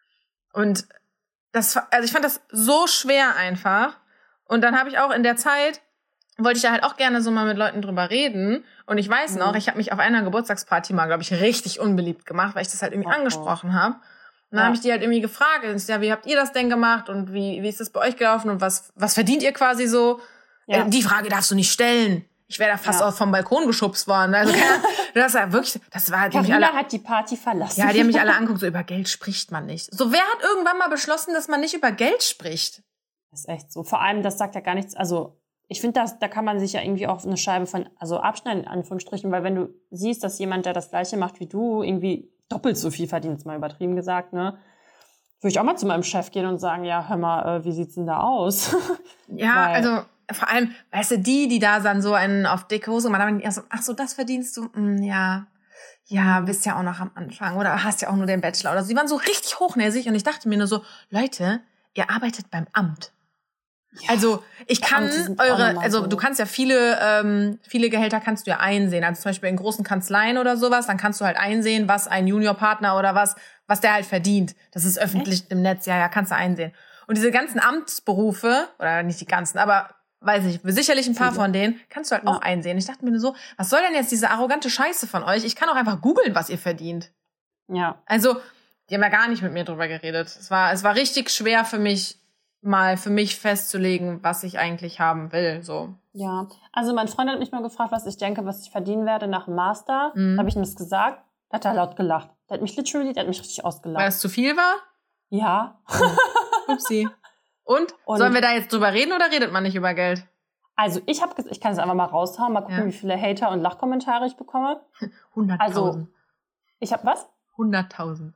Und das, also ich fand das so schwer einfach. Und dann habe ich auch in der Zeit, wollte ich da halt auch gerne so mal mit Leuten drüber reden. Und ich weiß Mhm. noch, ich habe mich auf einer Geburtstagsparty mal, glaube ich, richtig unbeliebt gemacht, weil ich das halt irgendwie Oh, oh. angesprochen habe. Und dann Ja. habe ich die halt irgendwie gefragt, ja, wie habt ihr das denn gemacht und wie, wie ist das bei euch gelaufen und was, was verdient ihr quasi so? Ja. Äh, die Frage darfst du nicht stellen. Ich wäre da fast Ja. auch vom Balkon geschubst worden. Also, keine, das war wirklich, das war, die haben mich alle, Carina hat die Party verlassen. ja, die haben mich alle angeguckt, so über Geld spricht man nicht. So, wer hat irgendwann mal beschlossen, dass man nicht über Geld spricht? Das ist echt so. Vor allem, das sagt ja gar nichts. Also, ich finde, das, da kann man sich ja irgendwie auch eine Scheibe von, also abschneiden, in Anführungsstrichen, weil wenn du siehst, dass jemand, der das Gleiche macht wie du, irgendwie doppelt so viel verdient, mal übertrieben gesagt, ne? Würde ich auch mal zu meinem Chef gehen und sagen, ja, hör mal, äh, wie sieht's denn da aus? Ja, Weil- also vor allem, weißt du, die, die da dann so einen auf dicke Hose gemacht haben, die erst so, ach so, das verdienst du? Hm, ja, ja, bist ja auch noch am Anfang oder hast ja auch nur den Bachelor oder so. Die waren so richtig hochnäsig und ich dachte mir nur so, Leute, ihr arbeitet beim Amt. Ja. Also ich kann eure, also so. Du kannst ja viele, ähm, viele Gehälter kannst du ja einsehen. Also zum Beispiel in großen Kanzleien oder sowas, dann kannst du halt einsehen, was ein Juniorpartner oder was, was der halt verdient. Das ist öffentlich Echt? Im Netz, ja, ja, kannst du einsehen. Und diese ganzen Amtsberufe, oder nicht die ganzen, aber weiß ich, sicherlich ein paar viele. Von denen, kannst du halt ja. auch einsehen. Ich dachte mir nur so, was soll denn jetzt diese arrogante Scheiße von euch? Ich kann auch einfach googeln, was ihr verdient. Ja. Also, die haben ja gar nicht mit mir drüber geredet. Es war, es war richtig schwer für mich, mal für mich festzulegen, was ich eigentlich haben will, so. Ja, also mein Freund hat mich mal gefragt, was ich denke, was ich verdienen werde nach dem Master. Mhm. Habe ich ihm das gesagt, da hat er laut gelacht. Der hat mich literally, der hat mich richtig ausgelacht. Weil es zu viel war? Ja. Oh. Upsi. Und? Und? Sollen wir da jetzt drüber reden oder redet man nicht über Geld? Also ich habe, ich kann es einfach mal raushauen, mal gucken, ja. wie viele Hater und Lachkommentare ich bekomme. hunderttausend. Also, ich habe was? hunderttausend.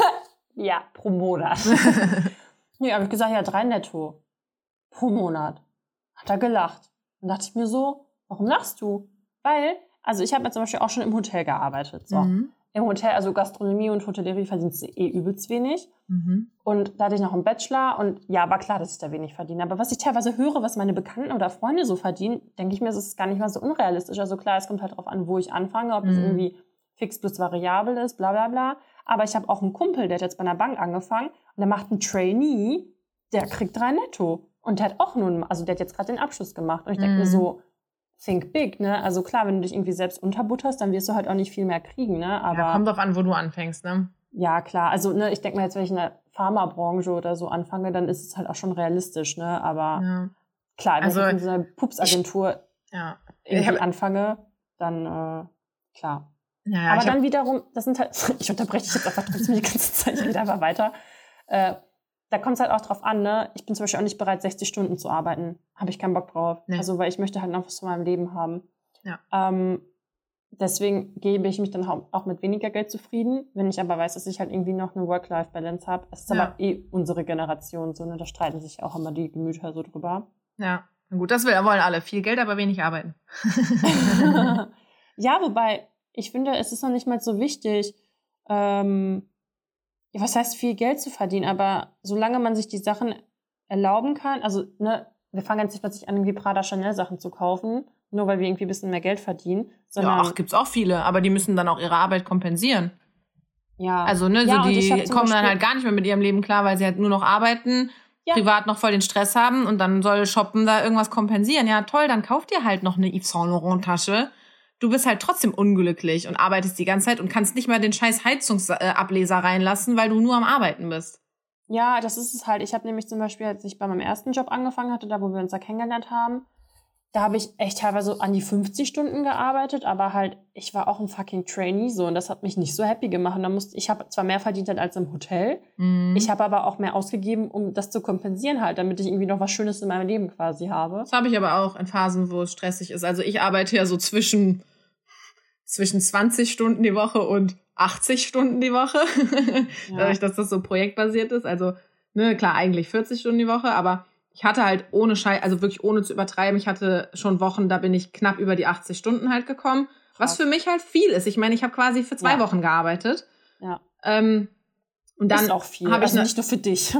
Ja, pro Monat. Nee, habe ich gesagt, ja, drei netto pro Monat. Hat er gelacht. Dann dachte ich mir so, warum lachst du? Weil, also ich habe ja zum Beispiel auch schon im Hotel gearbeitet. So. Mhm. Im Hotel, also Gastronomie und Hotellerie verdienst du eh übelst wenig. Mhm. Und da hatte ich noch einen Bachelor und ja, war klar, dass ich da wenig verdiene. Aber was ich teilweise höre, was meine Bekannten oder Freunde so verdienen, denke ich mir, es ist gar nicht mal so unrealistisch. Also klar, es kommt halt drauf an, wo ich anfange, ob es mhm. irgendwie fix plus variabel ist, bla bla bla. Aber ich habe auch einen Kumpel, der hat jetzt bei einer Bank angefangen und der macht einen Trainee, der kriegt drei netto. Und der hat auch nur, also der hat jetzt gerade den Abschluss gemacht. Und ich denke mm. mir so, think big, ne? Also klar, wenn du dich irgendwie selbst unterbutterst, dann wirst du halt auch nicht viel mehr kriegen, ne? Aber ja, kommt drauf an, wo du anfängst, ne? Ja, klar. Also, ne, ich denke mal jetzt, wenn ich in der Pharmabranche oder so anfange, dann ist es halt auch schon realistisch, ne? Aber ja. klar, wenn also, ich in so einer Pupsagentur ich, ja. irgendwie hab, anfange, dann, äh, klar. Ja, ja, aber dann hab... wiederum, das sind halt, ich unterbreche dich jetzt einfach trotzdem die ganze Zeit, ich rede einfach weiter. Äh, da kommt es halt auch drauf an, ne? Ich bin zum Beispiel auch nicht bereit, sechzig Stunden zu arbeiten. Habe ich keinen Bock drauf. Nee. Also, weil ich möchte halt noch was von meinem Leben haben. Ja. Ähm, deswegen gebe ich mich dann auch mit weniger Geld zufrieden. Wenn ich aber weiß, dass ich halt irgendwie noch eine Work-Life-Balance habe. Das ist ja. aber eh unsere Generation so, ne? Da streiten sich auch immer die Gemüter so drüber. Ja, na gut, das will, wollen alle. Viel Geld, aber wenig arbeiten. Ja, wobei, ich finde, es ist noch nicht mal so wichtig, ähm, was heißt viel Geld zu verdienen, aber solange man sich die Sachen erlauben kann, also ne, wir fangen jetzt nicht plötzlich an, irgendwie Prada Chanel Sachen zu kaufen, nur weil wir irgendwie ein bisschen mehr Geld verdienen. Sondern ja, ach, gibt's auch viele, aber die müssen dann auch ihre Arbeit kompensieren. Ja. Also ne, ja, so die kommen dann halt gar nicht mehr mit ihrem Leben klar, weil sie halt nur noch arbeiten, ja. privat noch voll den Stress haben und dann soll Shoppen da irgendwas kompensieren. Ja, toll, dann kauft ihr halt noch eine Yves Saint Laurent Tasche. Du bist halt trotzdem unglücklich und arbeitest die ganze Zeit und kannst nicht mal den scheiß Heizungsableser reinlassen, weil du nur am Arbeiten bist. Ja, das ist es halt. Ich habe nämlich zum Beispiel, als ich bei meinem ersten Job angefangen hatte, da wo wir uns da kennengelernt haben, da habe ich echt teilweise an die fünfzig Stunden gearbeitet, aber halt, ich war auch ein fucking Trainee so und das hat mich nicht so happy gemacht. Und da musste, ich habe zwar mehr verdient als im Hotel, mhm. ich habe aber auch mehr ausgegeben, um das zu kompensieren halt, damit ich irgendwie noch was Schönes in meinem Leben quasi habe. Das habe ich aber auch in Phasen, wo es stressig ist. Also ich arbeite ja so zwischen, zwischen zwanzig Stunden die Woche und achtzig Stunden die Woche. Ja. Dadurch, dass das so projektbasiert ist. Also, ne, klar, eigentlich vierzig Stunden die Woche, aber ich hatte halt ohne Schei, also wirklich ohne zu übertreiben, ich hatte schon Wochen, da bin ich knapp über die achtzig Stunden halt gekommen, was für mich halt viel ist. Ich meine, ich habe quasi für zwei ja. Wochen gearbeitet. Ja. Ähm, und dann ist auch viel, also ich nicht nur für dich.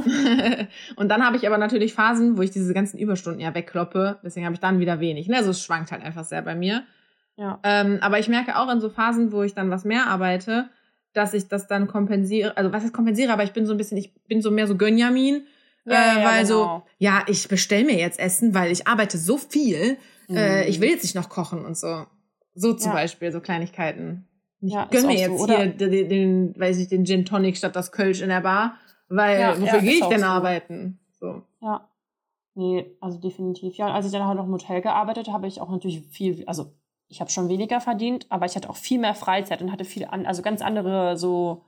Und dann habe ich aber natürlich Phasen, wo ich diese ganzen Überstunden ja wegkloppe, deswegen habe ich dann wieder wenig. Ne? Also es schwankt halt einfach sehr bei mir. Ja. Ähm, aber ich merke auch in so Phasen, wo ich dann was mehr arbeite, dass ich das dann kompensiere, also was heißt kompensiere, aber ich bin so ein bisschen, ich bin so mehr so Gönjamin. Ja, äh, ja, weil genau. so, ja, ich bestelle mir jetzt Essen, weil ich arbeite so viel, mhm. äh, ich will jetzt nicht noch kochen und so. So zum ja. Beispiel, so Kleinigkeiten. Ich ja, gönn mir jetzt so, hier den, den, den, weiß ich, den Gin Tonic statt das Kölsch in der Bar, weil ja, wofür ja, gehe ich denn so. arbeiten? So. Ja. Nee, also definitiv. Ja, und als ich dann halt noch im Hotel gearbeitet habe, habe ich auch natürlich viel, also ich habe schon weniger verdient, aber ich hatte auch viel mehr Freizeit und hatte viel an, also ganz andere so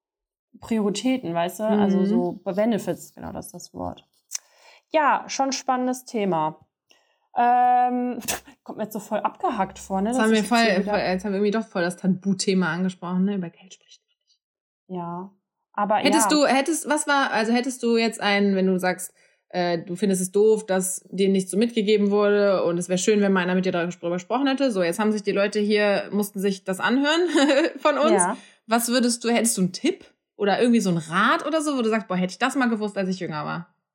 Prioritäten, weißt du? Mhm. Also so Benefits, genau, das ist das Wort. Ja, schon spannendes Thema. Ähm, kommt mir jetzt so voll abgehackt vor, ne? Jetzt haben, wir voll, voll, jetzt haben wir irgendwie doch voll das Tabuthema angesprochen, ne? Über Geld spricht man nicht. Ja, aber hättest ja. du, hättest, was war, also hättest du jetzt einen, wenn du sagst, äh, du findest es doof, dass dir nicht so mitgegeben wurde und es wäre schön, wenn mal einer mit dir darüber gesprochen hätte. So, jetzt haben sich die Leute hier, mussten sich das anhören von uns. Ja. Was würdest du, hättest du einen Tipp? Oder irgendwie so ein Rat oder so, wo du sagst, boah, hätte ich das mal gewusst, als ich jünger war?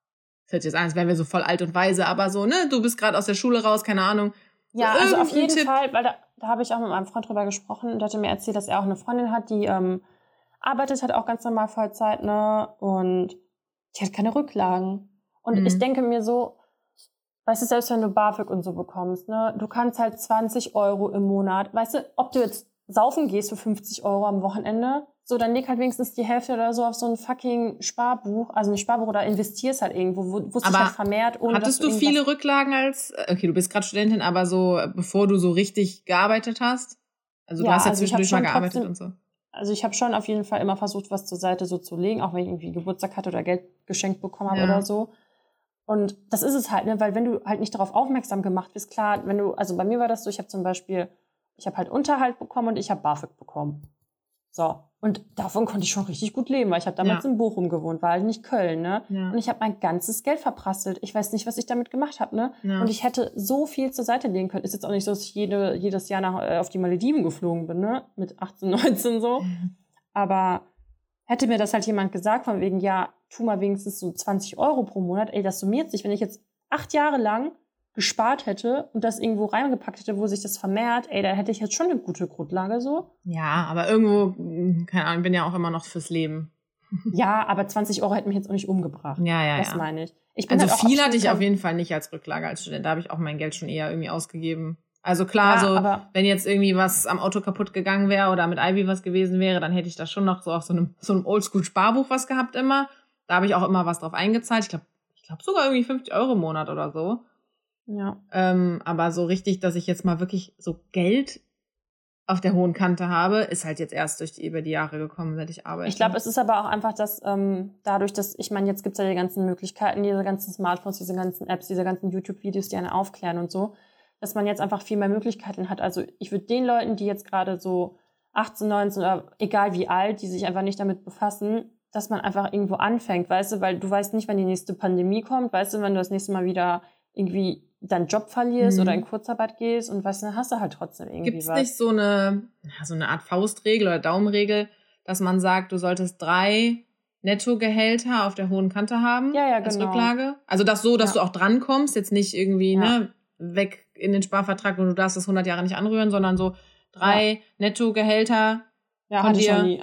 Das hört sich jetzt an, als wären wir so voll alt und weise, aber so, ne, du bist gerade aus der Schule raus, keine Ahnung. Ja, so also auf jeden Tipp. Fall, weil da, da habe ich auch mit meinem Freund drüber gesprochen und der hatte mir erzählt, dass er auch eine Freundin hat, die ähm, arbeitet halt auch ganz normal Vollzeit, ne, und die hat keine Rücklagen. Und mhm. ich denke mir so, weißt du, selbst wenn du BAföG und so bekommst, ne, du kannst halt zwanzig Euro im Monat, weißt du, ob du jetzt saufen gehst für fünfzig Euro am Wochenende, so, dann leg halt wenigstens die Hälfte oder so auf so ein fucking Sparbuch, also nicht Sparbuch, oder investierst halt irgendwo, wo, wo es sich halt vermehrt. Ohne hattest du viele Rücklagen als, okay, du bist gerade Studentin, aber so, bevor du so richtig gearbeitet hast? Also du ja, hast ja also zwischendurch mal gearbeitet trotzdem, und so. Also ich habe schon auf jeden Fall immer versucht, was zur Seite so zu legen, auch wenn ich irgendwie Geburtstag hatte oder Geld geschenkt bekommen habe ja. oder so. Und das ist es halt, ne, weil wenn du halt nicht darauf aufmerksam gemacht bist, klar, wenn du, also bei mir war das so, ich habe zum Beispiel, ich habe halt Unterhalt bekommen und ich habe BAföG bekommen. So. Und davon konnte ich schon richtig gut leben, weil ich habe damals ja. in Bochum gewohnt, war halt nicht Köln, ne? Ja. Und ich habe mein ganzes Geld verprasselt. Ich weiß nicht, was ich damit gemacht habe, ne? Ja. Und ich hätte so viel zur Seite legen können. Ist jetzt auch nicht so, dass ich jede, jedes Jahr nach, äh, auf die Malediven geflogen bin, ne? Mit achtzehn, neunzehn so. Mhm. Aber hätte mir das halt jemand gesagt, von wegen, ja, tu mal wenigstens so zwanzig Euro pro Monat, ey, das summiert sich. Wenn ich jetzt acht Jahre lang gespart hätte und das irgendwo reingepackt hätte, wo sich das vermehrt, ey, da hätte ich jetzt schon eine gute Grundlage so. Ja, aber irgendwo, keine Ahnung, bin ja auch immer noch fürs Leben. Ja, aber zwanzig Euro hätten mich jetzt auch nicht umgebracht. Ja, ja, das ja. meine ich. ich bin also halt auch viel hatte ich auf jeden Fall nicht als Rücklage als Student. Da habe ich auch mein Geld schon eher irgendwie ausgegeben. Also klar, ja, so aber wenn jetzt irgendwie was am Auto kaputt gegangen wäre oder mit Ivy was gewesen wäre, dann hätte ich da schon noch so auf so einem, so einem Oldschool-Sparbuch was gehabt immer. Da habe ich auch immer was drauf eingezahlt. Ich glaube, ich glaube sogar irgendwie fünfzig Euro im Monat oder so. Ja. Ähm, aber so richtig, dass ich jetzt mal wirklich so Geld auf der hohen Kante habe, ist halt jetzt erst durch die, über die Jahre gekommen, seit ich arbeite. Ich glaube, es ist aber auch einfach, dass ähm, dadurch, dass, ich meine, jetzt gibt's ja die ganzen Möglichkeiten, diese ganzen Smartphones, diese ganzen Apps, diese ganzen YouTube-Videos, die einen aufklären und so, dass man jetzt einfach viel mehr Möglichkeiten hat. Also ich würde den Leuten, die jetzt gerade so achtzehn, neunzehn oder egal wie alt, die sich einfach nicht damit befassen, dass man einfach irgendwo anfängt, weißt du, weil du weißt nicht, wann die nächste Pandemie kommt, weißt du, wenn du das nächste Mal wieder irgendwie deinen Job verlierst mhm. oder in Kurzarbeit gehst und weißt du, dann hast du halt trotzdem irgendwie Gibt's was. Gibt es nicht so eine, so eine Art Faustregel oder Daumenregel, dass man sagt, du solltest drei Nettogehälter auf der hohen Kante haben ja, ja, als genau. Rücklage? Also das so, dass ja. du auch drankommst, jetzt nicht irgendwie ja. ne weg in den Sparvertrag und du darfst das hundert Jahre nicht anrühren, sondern so drei ja. Nettogehälter ja, von hatte dir. Ich noch nie.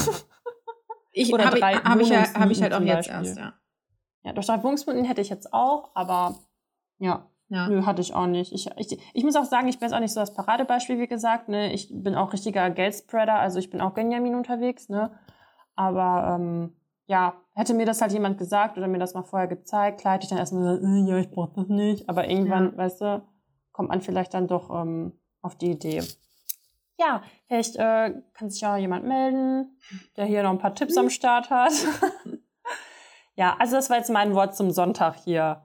ich, Oder hab drei ich, hab ich, ja, hab ich halt auch jetzt Beispiel. erst, ja. Ja, durch drei Wohnungsmieten hätte ich jetzt auch, aber ja. Ja. Nö, hatte ich auch nicht. Ich, ich, ich muss auch sagen, ich bin jetzt auch nicht so das Paradebeispiel, wie gesagt. Ne? Ich bin auch richtiger Geldspreader, also ich bin auch Benjamin unterwegs. Ne? Aber ähm, ja, hätte mir das halt jemand gesagt oder mir das mal vorher gezeigt, klar hätte ich dann erstmal gesagt, äh, ja, ich brauche das nicht. Aber irgendwann, ja. weißt du, kommt man vielleicht dann doch ähm, auf die Idee. Ja, vielleicht äh, kann sich ja jemand melden, der hier noch ein paar Tipps am Start hat. Ja, also das war jetzt mein Wort zum Sonntag hier.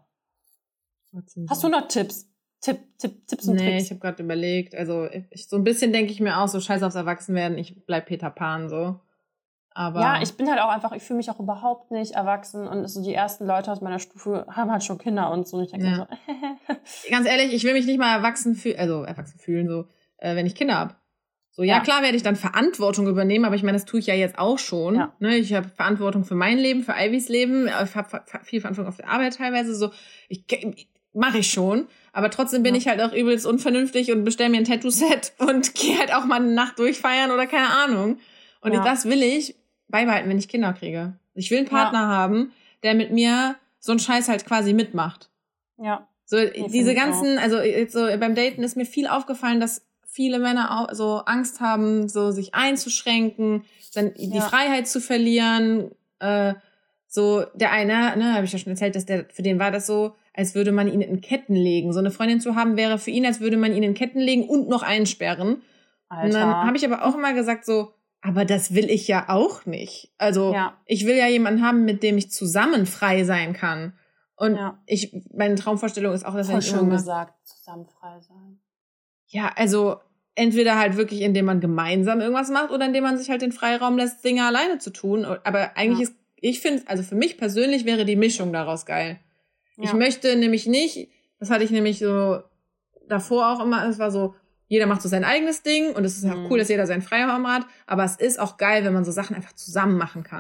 Hast du noch Tipps? Tipp, Tipp, Tipps und nee, Tricks? Nee, ich habe gerade überlegt. Also ich, so ein bisschen denke ich mir auch, so scheiß aufs Erwachsenwerden, ich bleib Peter Pan so. Aber ja, ich bin halt auch einfach, ich fühle mich auch überhaupt nicht erwachsen und so die ersten Leute aus meiner Stufe haben halt schon Kinder und so. Und ich denke ja. so, ganz ehrlich, ich will mich nicht mal erwachsen fühlen, also erwachsen fühlen, so, äh, wenn ich Kinder habe. So, ja, ja, klar werde ich dann Verantwortung übernehmen, aber ich meine, das tue ich ja jetzt auch schon. Ja. Ne? Ich habe Verantwortung für mein Leben, für Ivys Leben, ich habe viel Verantwortung auf der Arbeit teilweise. So, ich mache ich schon, aber trotzdem bin ja. ich halt auch übelst unvernünftig und bestelle mir ein Tattoo-Set und gehe halt auch mal eine Nacht durchfeiern oder keine Ahnung. Und ja. das will ich beibehalten, wenn ich Kinder kriege. Ich will einen Partner ja. haben, der mit mir so einen Scheiß halt quasi mitmacht. Ja. So, diese ganzen, auch. also jetzt so beim Daten ist mir viel aufgefallen, dass viele Männer auch so Angst haben, so sich einzuschränken, dann die ja. Freiheit zu verlieren. Äh, so der eine, ne, habe ich ja schon erzählt, dass der für den war das so, als würde man ihn in Ketten legen. So eine Freundin zu haben wäre für ihn, als würde man ihn in Ketten legen und noch einsperren. Alter. Und dann habe ich aber auch immer gesagt so, aber das will ich ja auch nicht. Also ja. ich will ja jemanden haben, mit dem ich zusammen frei sein kann. Und ja. ich, meine Traumvorstellung ist auch, dass Voll ich schön gesagt, zusammen frei sein. Ja, also entweder halt wirklich, indem man gemeinsam irgendwas macht oder indem man sich halt den Freiraum lässt, Dinge alleine zu tun. Aber eigentlich ja. ist, ich finde, also für mich persönlich wäre die Mischung daraus geil. Ja. Ich möchte nämlich nicht, das hatte ich nämlich so davor auch immer, es war so, jeder macht so sein eigenes Ding und es ist auch mhm. cool, dass jeder seinen Freiraum hat, aber es ist auch geil, wenn man so Sachen einfach zusammen machen kann.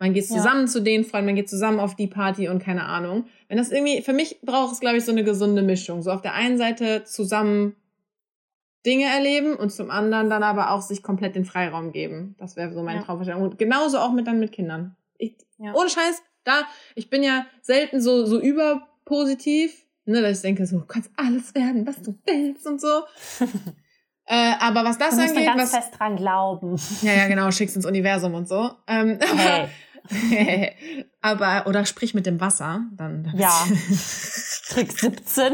Man geht zusammen ja. zu den Freunden, man geht zusammen auf die Party und keine Ahnung. Wenn das irgendwie, für mich braucht es, glaube ich, so eine gesunde Mischung. So auf der einen Seite zusammen Dinge erleben und zum anderen dann aber auch sich komplett den Freiraum geben. Das wäre so meine ja. Traumvorstellung. Und genauso auch mit dann mit Kindern. Ich, ja. Ohne Scheiß, da, ich bin ja selten so, so überpositiv, ne, dass ich denke, so, du kannst alles werden, was du willst und so. Äh, aber was das du angeht, musst ganz was fest dran glauben. Ja, ja, genau, schick's ins Universum und so. Ähm, hey. aber oder sprich mit dem Wasser, dann. dann ja. Trick siebzehn.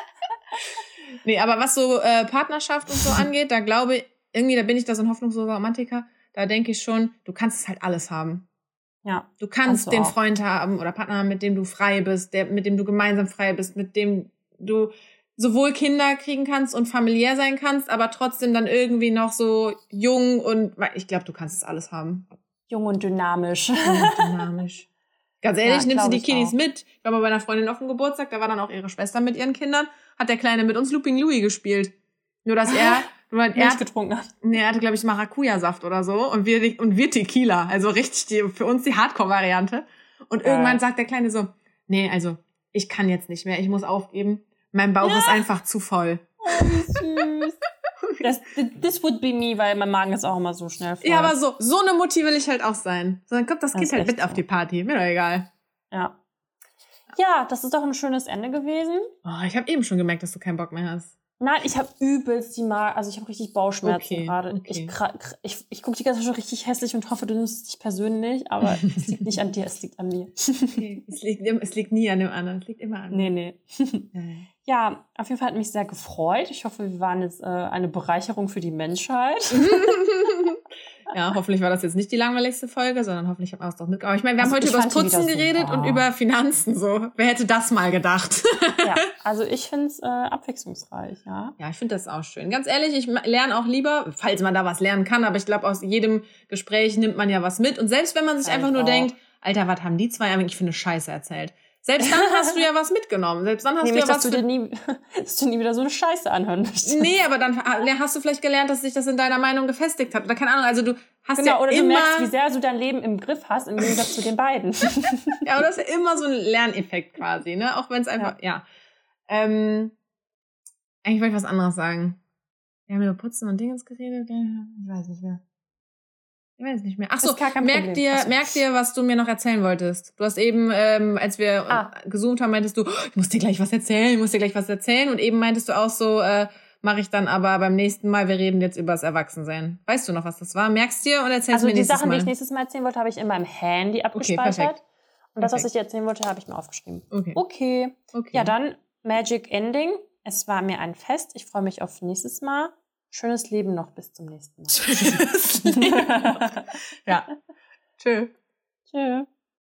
Nee, aber was so äh, Partnerschaft und so angeht, da glaube ich irgendwie, da bin ich da so ein hoffnungsloser Romantiker. Da denke ich schon, du kannst es halt alles haben. Ja. Du kannst, kannst du den auch. Freund haben oder Partner haben, mit dem du frei bist, der mit dem du gemeinsam frei bist, mit dem du sowohl Kinder kriegen kannst und familiär sein kannst, aber trotzdem dann irgendwie noch so jung und ich glaube, du kannst es alles haben. Jung und dynamisch. Jung und dynamisch. Ganz ehrlich, ja, nimmst du die Kiddies mit. Ich war mal bei einer Freundin auf dem Geburtstag, da war dann auch ihre Schwester mit ihren Kindern, hat der Kleine mit uns Looping Louie gespielt. Nur, dass er, nur, er Milch getrunken hat. Nee, er hatte, glaube ich, Maracuja-Saft oder so und wir, und wir Tequila. Also richtig die, für uns die Hardcore-Variante. Und Geil. Irgendwann sagt der Kleine so, nee, also, ich kann jetzt nicht mehr, ich muss aufgeben. Mein Bauch ja. ist einfach zu voll. Oh, wie süß. Das, this would be me, weil mein Magen ist auch immer so schnell voll. Ja, aber so, so eine Mutti will ich halt auch sein. So, dann kommt das, das Kind halt mit so. Auf die Party. Mir doch egal. Ja. Ja, das ist doch ein schönes Ende gewesen. Oh, ich habe eben schon gemerkt, dass du keinen Bock mehr hast. Nein, ich habe übelst die Magen, also ich habe richtig Bauchschmerzen okay, gerade. Okay. Ich, ich, ich gucke die ganze Zeit schon richtig hässlich und hoffe, du nimmst es dich persönlich, aber es liegt nicht an dir, es liegt an mir. Okay. Es, liegt, es liegt nie an dem anderen, es liegt immer an mir. Nee, nee. Ja, auf jeden Fall hat mich sehr gefreut. Ich hoffe, wir waren jetzt äh, eine Bereicherung für die Menschheit. Ja, hoffentlich war das jetzt nicht die langweiligste Folge, sondern hoffentlich haben wir es doch mitgebracht. Aber ich meine, wir also haben heute über das Putzen geredet super. Und über Finanzen so. Wer hätte das mal gedacht? Ja, also ich finde es äh, abwechslungsreich, ja. Ja, ich finde das auch schön. Ganz ehrlich, ich lerne auch lieber, falls man da was lernen kann, aber ich glaube, aus jedem Gespräch nimmt man ja was mit. Und selbst wenn man sich einfach nur auch. denkt, Alter, was haben die zwei eigentlich für eine Scheiße erzählt? Selbst dann hast du ja was mitgenommen. Selbst dann hast Nämlich, du ja was... Dass du, dir nie, dass du nie wieder so eine Scheiße anhören möchtest. Nee, aber dann hast du vielleicht gelernt, dass sich das in deiner Meinung gefestigt hat. Oder keine Ahnung, also du hast genau, ja oder immer... du merkst, wie sehr du dein Leben im Griff hast, im Gegensatz zu den beiden. Ja, aber das ist ja immer so ein Lerneffekt quasi, ne? Auch wenn es einfach... Ja. ja. Ähm, eigentlich wollte ich was anderes sagen. Wir haben über Putzen und Dingens geredet. Ich weiß nicht mehr. Ich weiß nicht mehr. Ach so, merk dir, so. merk dir, was du mir noch erzählen wolltest. Du hast eben, ähm, als wir ah. gezoomt haben, meintest du, oh, ich muss dir gleich was erzählen, ich muss dir gleich was erzählen. Und eben meintest du auch so, äh, mache ich dann aber beim nächsten Mal, wir reden jetzt über das Erwachsensein. Weißt du noch, was das war? Merkst dir und erzählst also mir nächstes Mal. Also die Sachen, die ich nächstes Mal erzählen wollte, habe ich in meinem Handy abgespeichert. Okay, und das, was ich dir erzählen wollte, habe ich mir aufgeschrieben. Okay. okay. Okay. Ja, dann Magic Ending. Es war mir ein Fest. Ich freue mich auf nächstes Mal. Schönes Leben noch bis zum nächsten Mal. Schönes Leben noch. Ja. Tschö. Tschö.